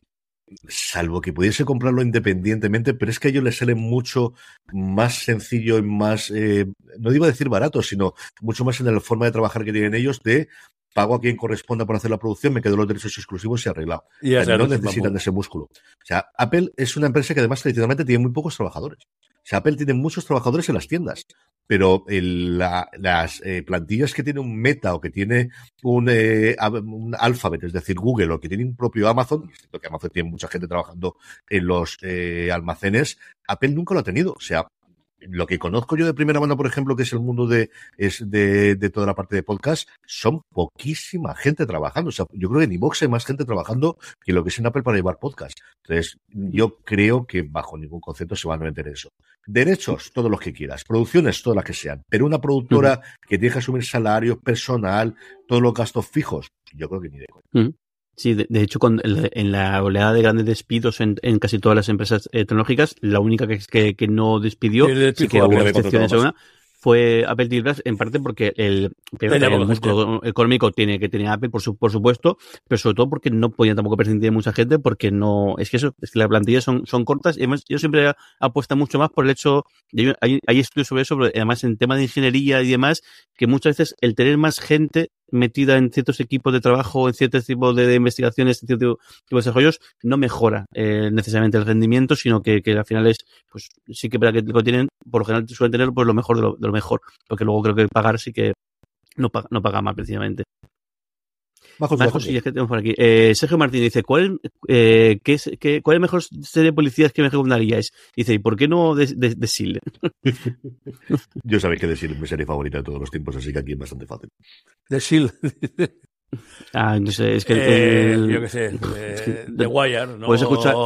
salvo que pudiese comprarlo independientemente, pero es que a ellos les sale mucho más sencillo y más, eh, no digo decir barato, sino mucho más en la forma de trabajar que tienen ellos, de pago a quien corresponda por hacer la producción, me quedo los derechos exclusivos y arreglado. Y o sea, no necesitan ese músculo. O sea, Apple es una empresa que además tradicionalmente tiene muy pocos trabajadores. O sea, Apple tiene muchos trabajadores en las tiendas, pero el, la, las eh, plantillas que tiene un Meta o que tiene un, eh, un Alphabet, es decir, Google, o que tiene un propio Amazon, es cierto que Amazon tiene mucha gente trabajando en los eh, almacenes, Apple nunca lo ha tenido. O sea, lo que conozco yo de primera mano, por ejemplo, que es el mundo de, es de, de toda la parte de podcast, son poquísima gente trabajando. O sea, yo creo que en iVoox hay más gente trabajando que lo que es en Apple para llevar podcast. Entonces, yo creo que bajo ningún concepto se van a meter eso. Derechos, todos los que quieras. Producciones, todas las que sean. Pero una productora uh-huh. que tiene que asumir salarios, personal, todos los gastos fijos, yo creo que ni de coña. Uh-huh. Sí, de, de hecho, con el, en la oleada de grandes despidos en, en casi todas las empresas eh, tecnológicas, la única que, que, que no despidió, sí que hubo excepciones a una, fue Apple T V Plus, en parte porque el, el, el músculo económico tiene que tenía Apple, por, su, por supuesto, pero sobre todo porque no podían tampoco prescindir de mucha gente, porque no, es que eso, es que las plantillas son, son cortas, y además yo siempre apuesto mucho más por el hecho, de, hay, hay estudios sobre eso, pero además en tema de ingeniería y demás, que muchas veces el tener más gente metida en ciertos equipos de trabajo, en ciertos tipos de, de investigaciones, en ciertos tipos de desarrollos, no mejora eh, necesariamente el rendimiento, sino que, que al final es, pues sí que para que lo tienen, por lo general suelen tener pues lo mejor de lo, de lo mejor, porque luego creo que pagar sí que no paga, no paga más precisamente. Bajo, Más cosillas que tenemos por aquí. Eh, Sergio Martín dice, ¿cuál, eh, qué es, qué, ¿cuál es la mejor serie de policías que me recomendaríais? Dice, ¿y por qué no de, de, de S E A L? Yo sabéis que The S E A L es mi serie favorita de todos los tiempos, así que aquí es bastante fácil. The S E A L. Ah, no sé, es que... Eh, el, yo qué sé, eh, The Wire, ¿no? Puedes escuchar...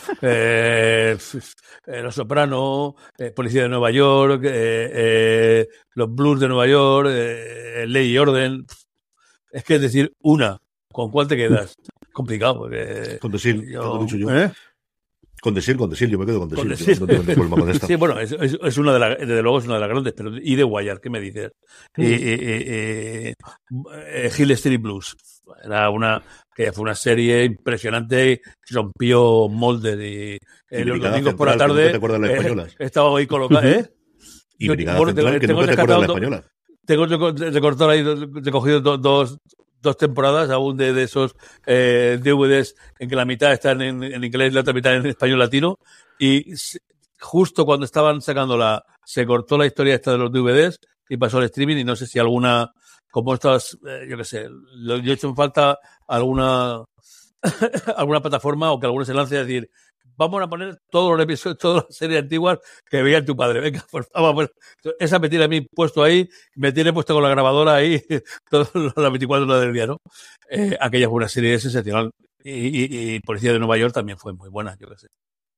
eh, eh, Los Soprano, eh, Policía de Nueva York, eh, eh, Los Blues de Nueva York, eh, Ley y Orden... Es que es decir, una, ¿con cuál te quedas? Complicado, porque... Con The S E A L, yo, te lo he dicho yo. ¿Eh? Con The S E A L, con The S E A L, yo me quedo con The Con S E A L. The No tengo ningún problema con esta. Sí, bueno, es, es, es una de las, desde luego es una de las grandes, pero ¿y The Wire? ¿Qué me dices? Mm. Eh, eh, eh, eh, Hill Street Blues. Era una, que fue una serie impresionante, rompió moldes y eh, los domingos por la tarde... ¿No te acuerdas de las españolas? Eh, estaba ahí colocado, ¿eh? Y Brigada Central, que nunca te acuerdas de las españolas. Tengo recortado ahí, recogido dos, dos, dos temporadas aún de, de esos eh, D V Ds en que la mitad están en, en inglés y la otra mitad en español latino. Y justo cuando estaban sacándola, se cortó la historia esta de los D V Ds y pasó al streaming. Y no sé si alguna, como estas, eh, yo qué sé, yo he hecho en falta alguna, alguna plataforma o que alguno se lance a decir, vamos a poner todos los episodios, todas las series antiguas que veía tu padre. Venga, por favor. Esa me tiene a mí puesto ahí, me tiene puesto con la grabadora ahí todas las veinticuatro horas del día, ¿no? Eh, aquella fue una serie sensacional. Y, y, y Policía de Nueva York también fue muy buena, yo qué sé.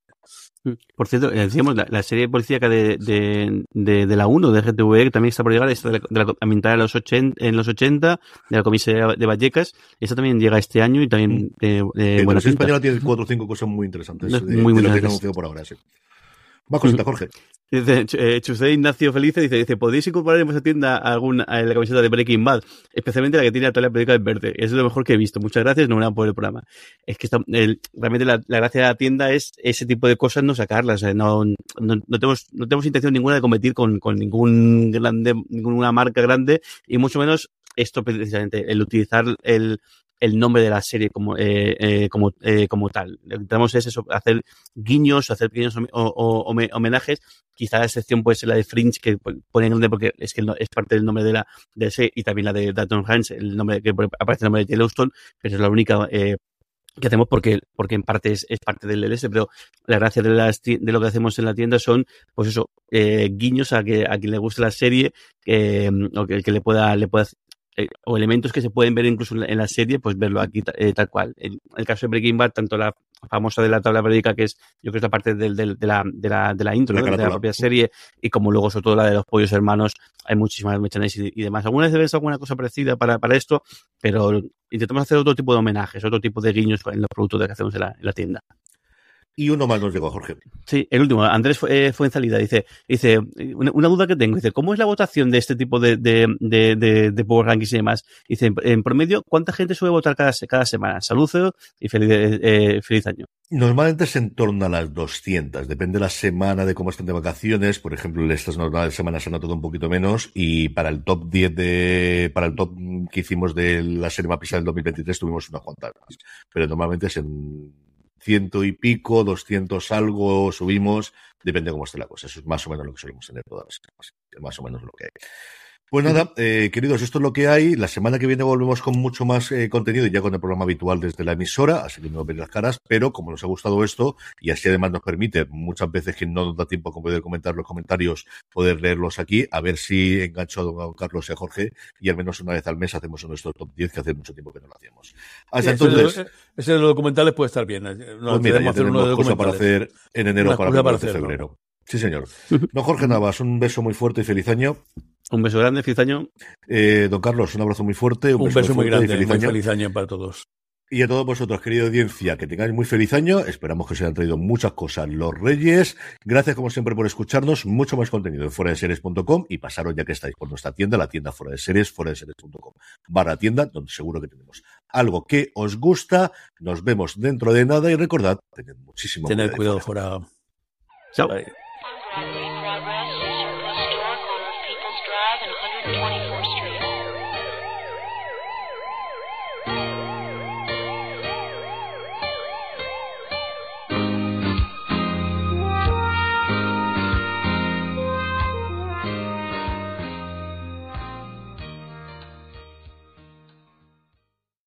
Por cierto, decíamos, la, la serie policíaca de, de, de, de la uno, de G T V, que también está por llegar, esta de la, de la ambientada en los ochenta, en los ochenta, de la comisaría de Vallecas, esta también llega este año y también de, de eh, buena pinta. Española tiene cuatro o cinco cosas muy interesantes, es de, muy, muy de lo que interesantes. he anunciado por ahora, sí. Más cosita, Jorge. Dice, eh, Chusé Ignacio Felice dice, dice, ¿podéis incorporar en vuestra tienda alguna a la camiseta de Breaking Bad? Especialmente la que tiene la tabla periódica en verde. Es lo mejor que he visto. Muchas gracias, no me por el programa. Es que está, el, realmente la, la gracia de la tienda es ese tipo de cosas no sacarlas. Eh, no, no, no tenemos, no tenemos intención ninguna de competir con, con ningún grande, ninguna marca grande y mucho menos esto precisamente, el utilizar el, el nombre de la serie como eh, eh, como eh, como tal. Lo que intentamos es eso, hacer guiños, hacer pequeños o, o, o, homenajes. Quizá la excepción puede ser la de Fringe, que pone en nombre porque es que es parte del nombre de la de ese, y también la de Dalton Hans, el nombre que aparece el nombre de Yellowstone, pero es la única eh, que hacemos porque porque en parte es, es parte del L S, pero la gracia de las de lo que hacemos en la tienda son pues eso, eh, guiños a que a quien le guste la serie, eh, o que, que le pueda le pueda Eh, o elementos que se pueden ver incluso en la serie, pues verlo aquí eh, tal cual. En el caso de Breaking Bad, tanto la, famosa de la tabla periódica, que es, yo creo que es la parte del, del, de, la, de, la, de la intro, la, ¿no? de la propia serie, y como luego, sobre todo, la de los pollos hermanos, hay muchísimas merchandise y, y demás. Alguna vez ves alguna cosa parecida para, para esto, pero intentamos hacer otro tipo de homenajes, otro tipo de guiños en los productos que hacemos en la, en la tienda. Y uno más nos llegó, Jorge. Sí, el último. Andrés fue, fue en salida. Dice, dice una, una duda que tengo. Dice, ¿cómo es la votación de este tipo de, de, de, de, de Power Rankings y demás? Dice, en, en promedio, ¿cuánta gente suele votar cada, cada semana? Saludos y feliz, eh, feliz año. Normalmente es en torno a las doscientas. Depende de la semana, de cómo estén de vacaciones. Por ejemplo, estas normales semanas se han notado un poquito menos. Y para el top diez de, para el top que hicimos de la serie Mapisa del dos mil veintitrés tuvimos unas cuantas más. Pero normalmente es en ciento y pico, doscientos algo, subimos, depende de cómo esté la cosa. Eso es más o menos lo que solemos tener todas las semanas. Es más o menos lo que hay. Pues nada, eh, queridos, esto es lo que hay. La semana que viene volvemos con mucho más eh, contenido y ya con el programa habitual desde la emisora, así que no veis las caras, pero como nos ha gustado esto, y así además nos permite, muchas veces que no nos da tiempo a poder comentar los comentarios, poder leerlos aquí, a ver si engancho a don Carlos y a Jorge, y al menos una vez al mes hacemos nuestro top diez, que hace mucho tiempo que no lo hacíamos. Hasta sí, entonces... Ese, ese de los documentales puede estar bien. No, pues mira, ya hacer tenemos uno de cosa para hacer en enero, para, para, para hacer febrero. Sí, señor. Don Jorge Navas, un beso muy fuerte y feliz año. Un beso grande, feliz año. Eh, don Carlos, un abrazo muy fuerte. Un, un beso, beso muy, muy grande, y feliz, muy año. feliz año para todos. Y a todos vosotros, querida audiencia, que tengáis muy feliz año. Esperamos que os hayan traído muchas cosas los Reyes. Gracias, como siempre, por escucharnos. Mucho más contenido en fuera de series punto com y pasaros, ya que estáis por nuestra tienda, la tienda fuera de series, fuera de series punto com barra tienda, donde seguro que tenemos algo que os gusta. Nos vemos dentro de nada y recordad, tened muchísimo cuidado. Tened cuidado fuera. Chao. Bye.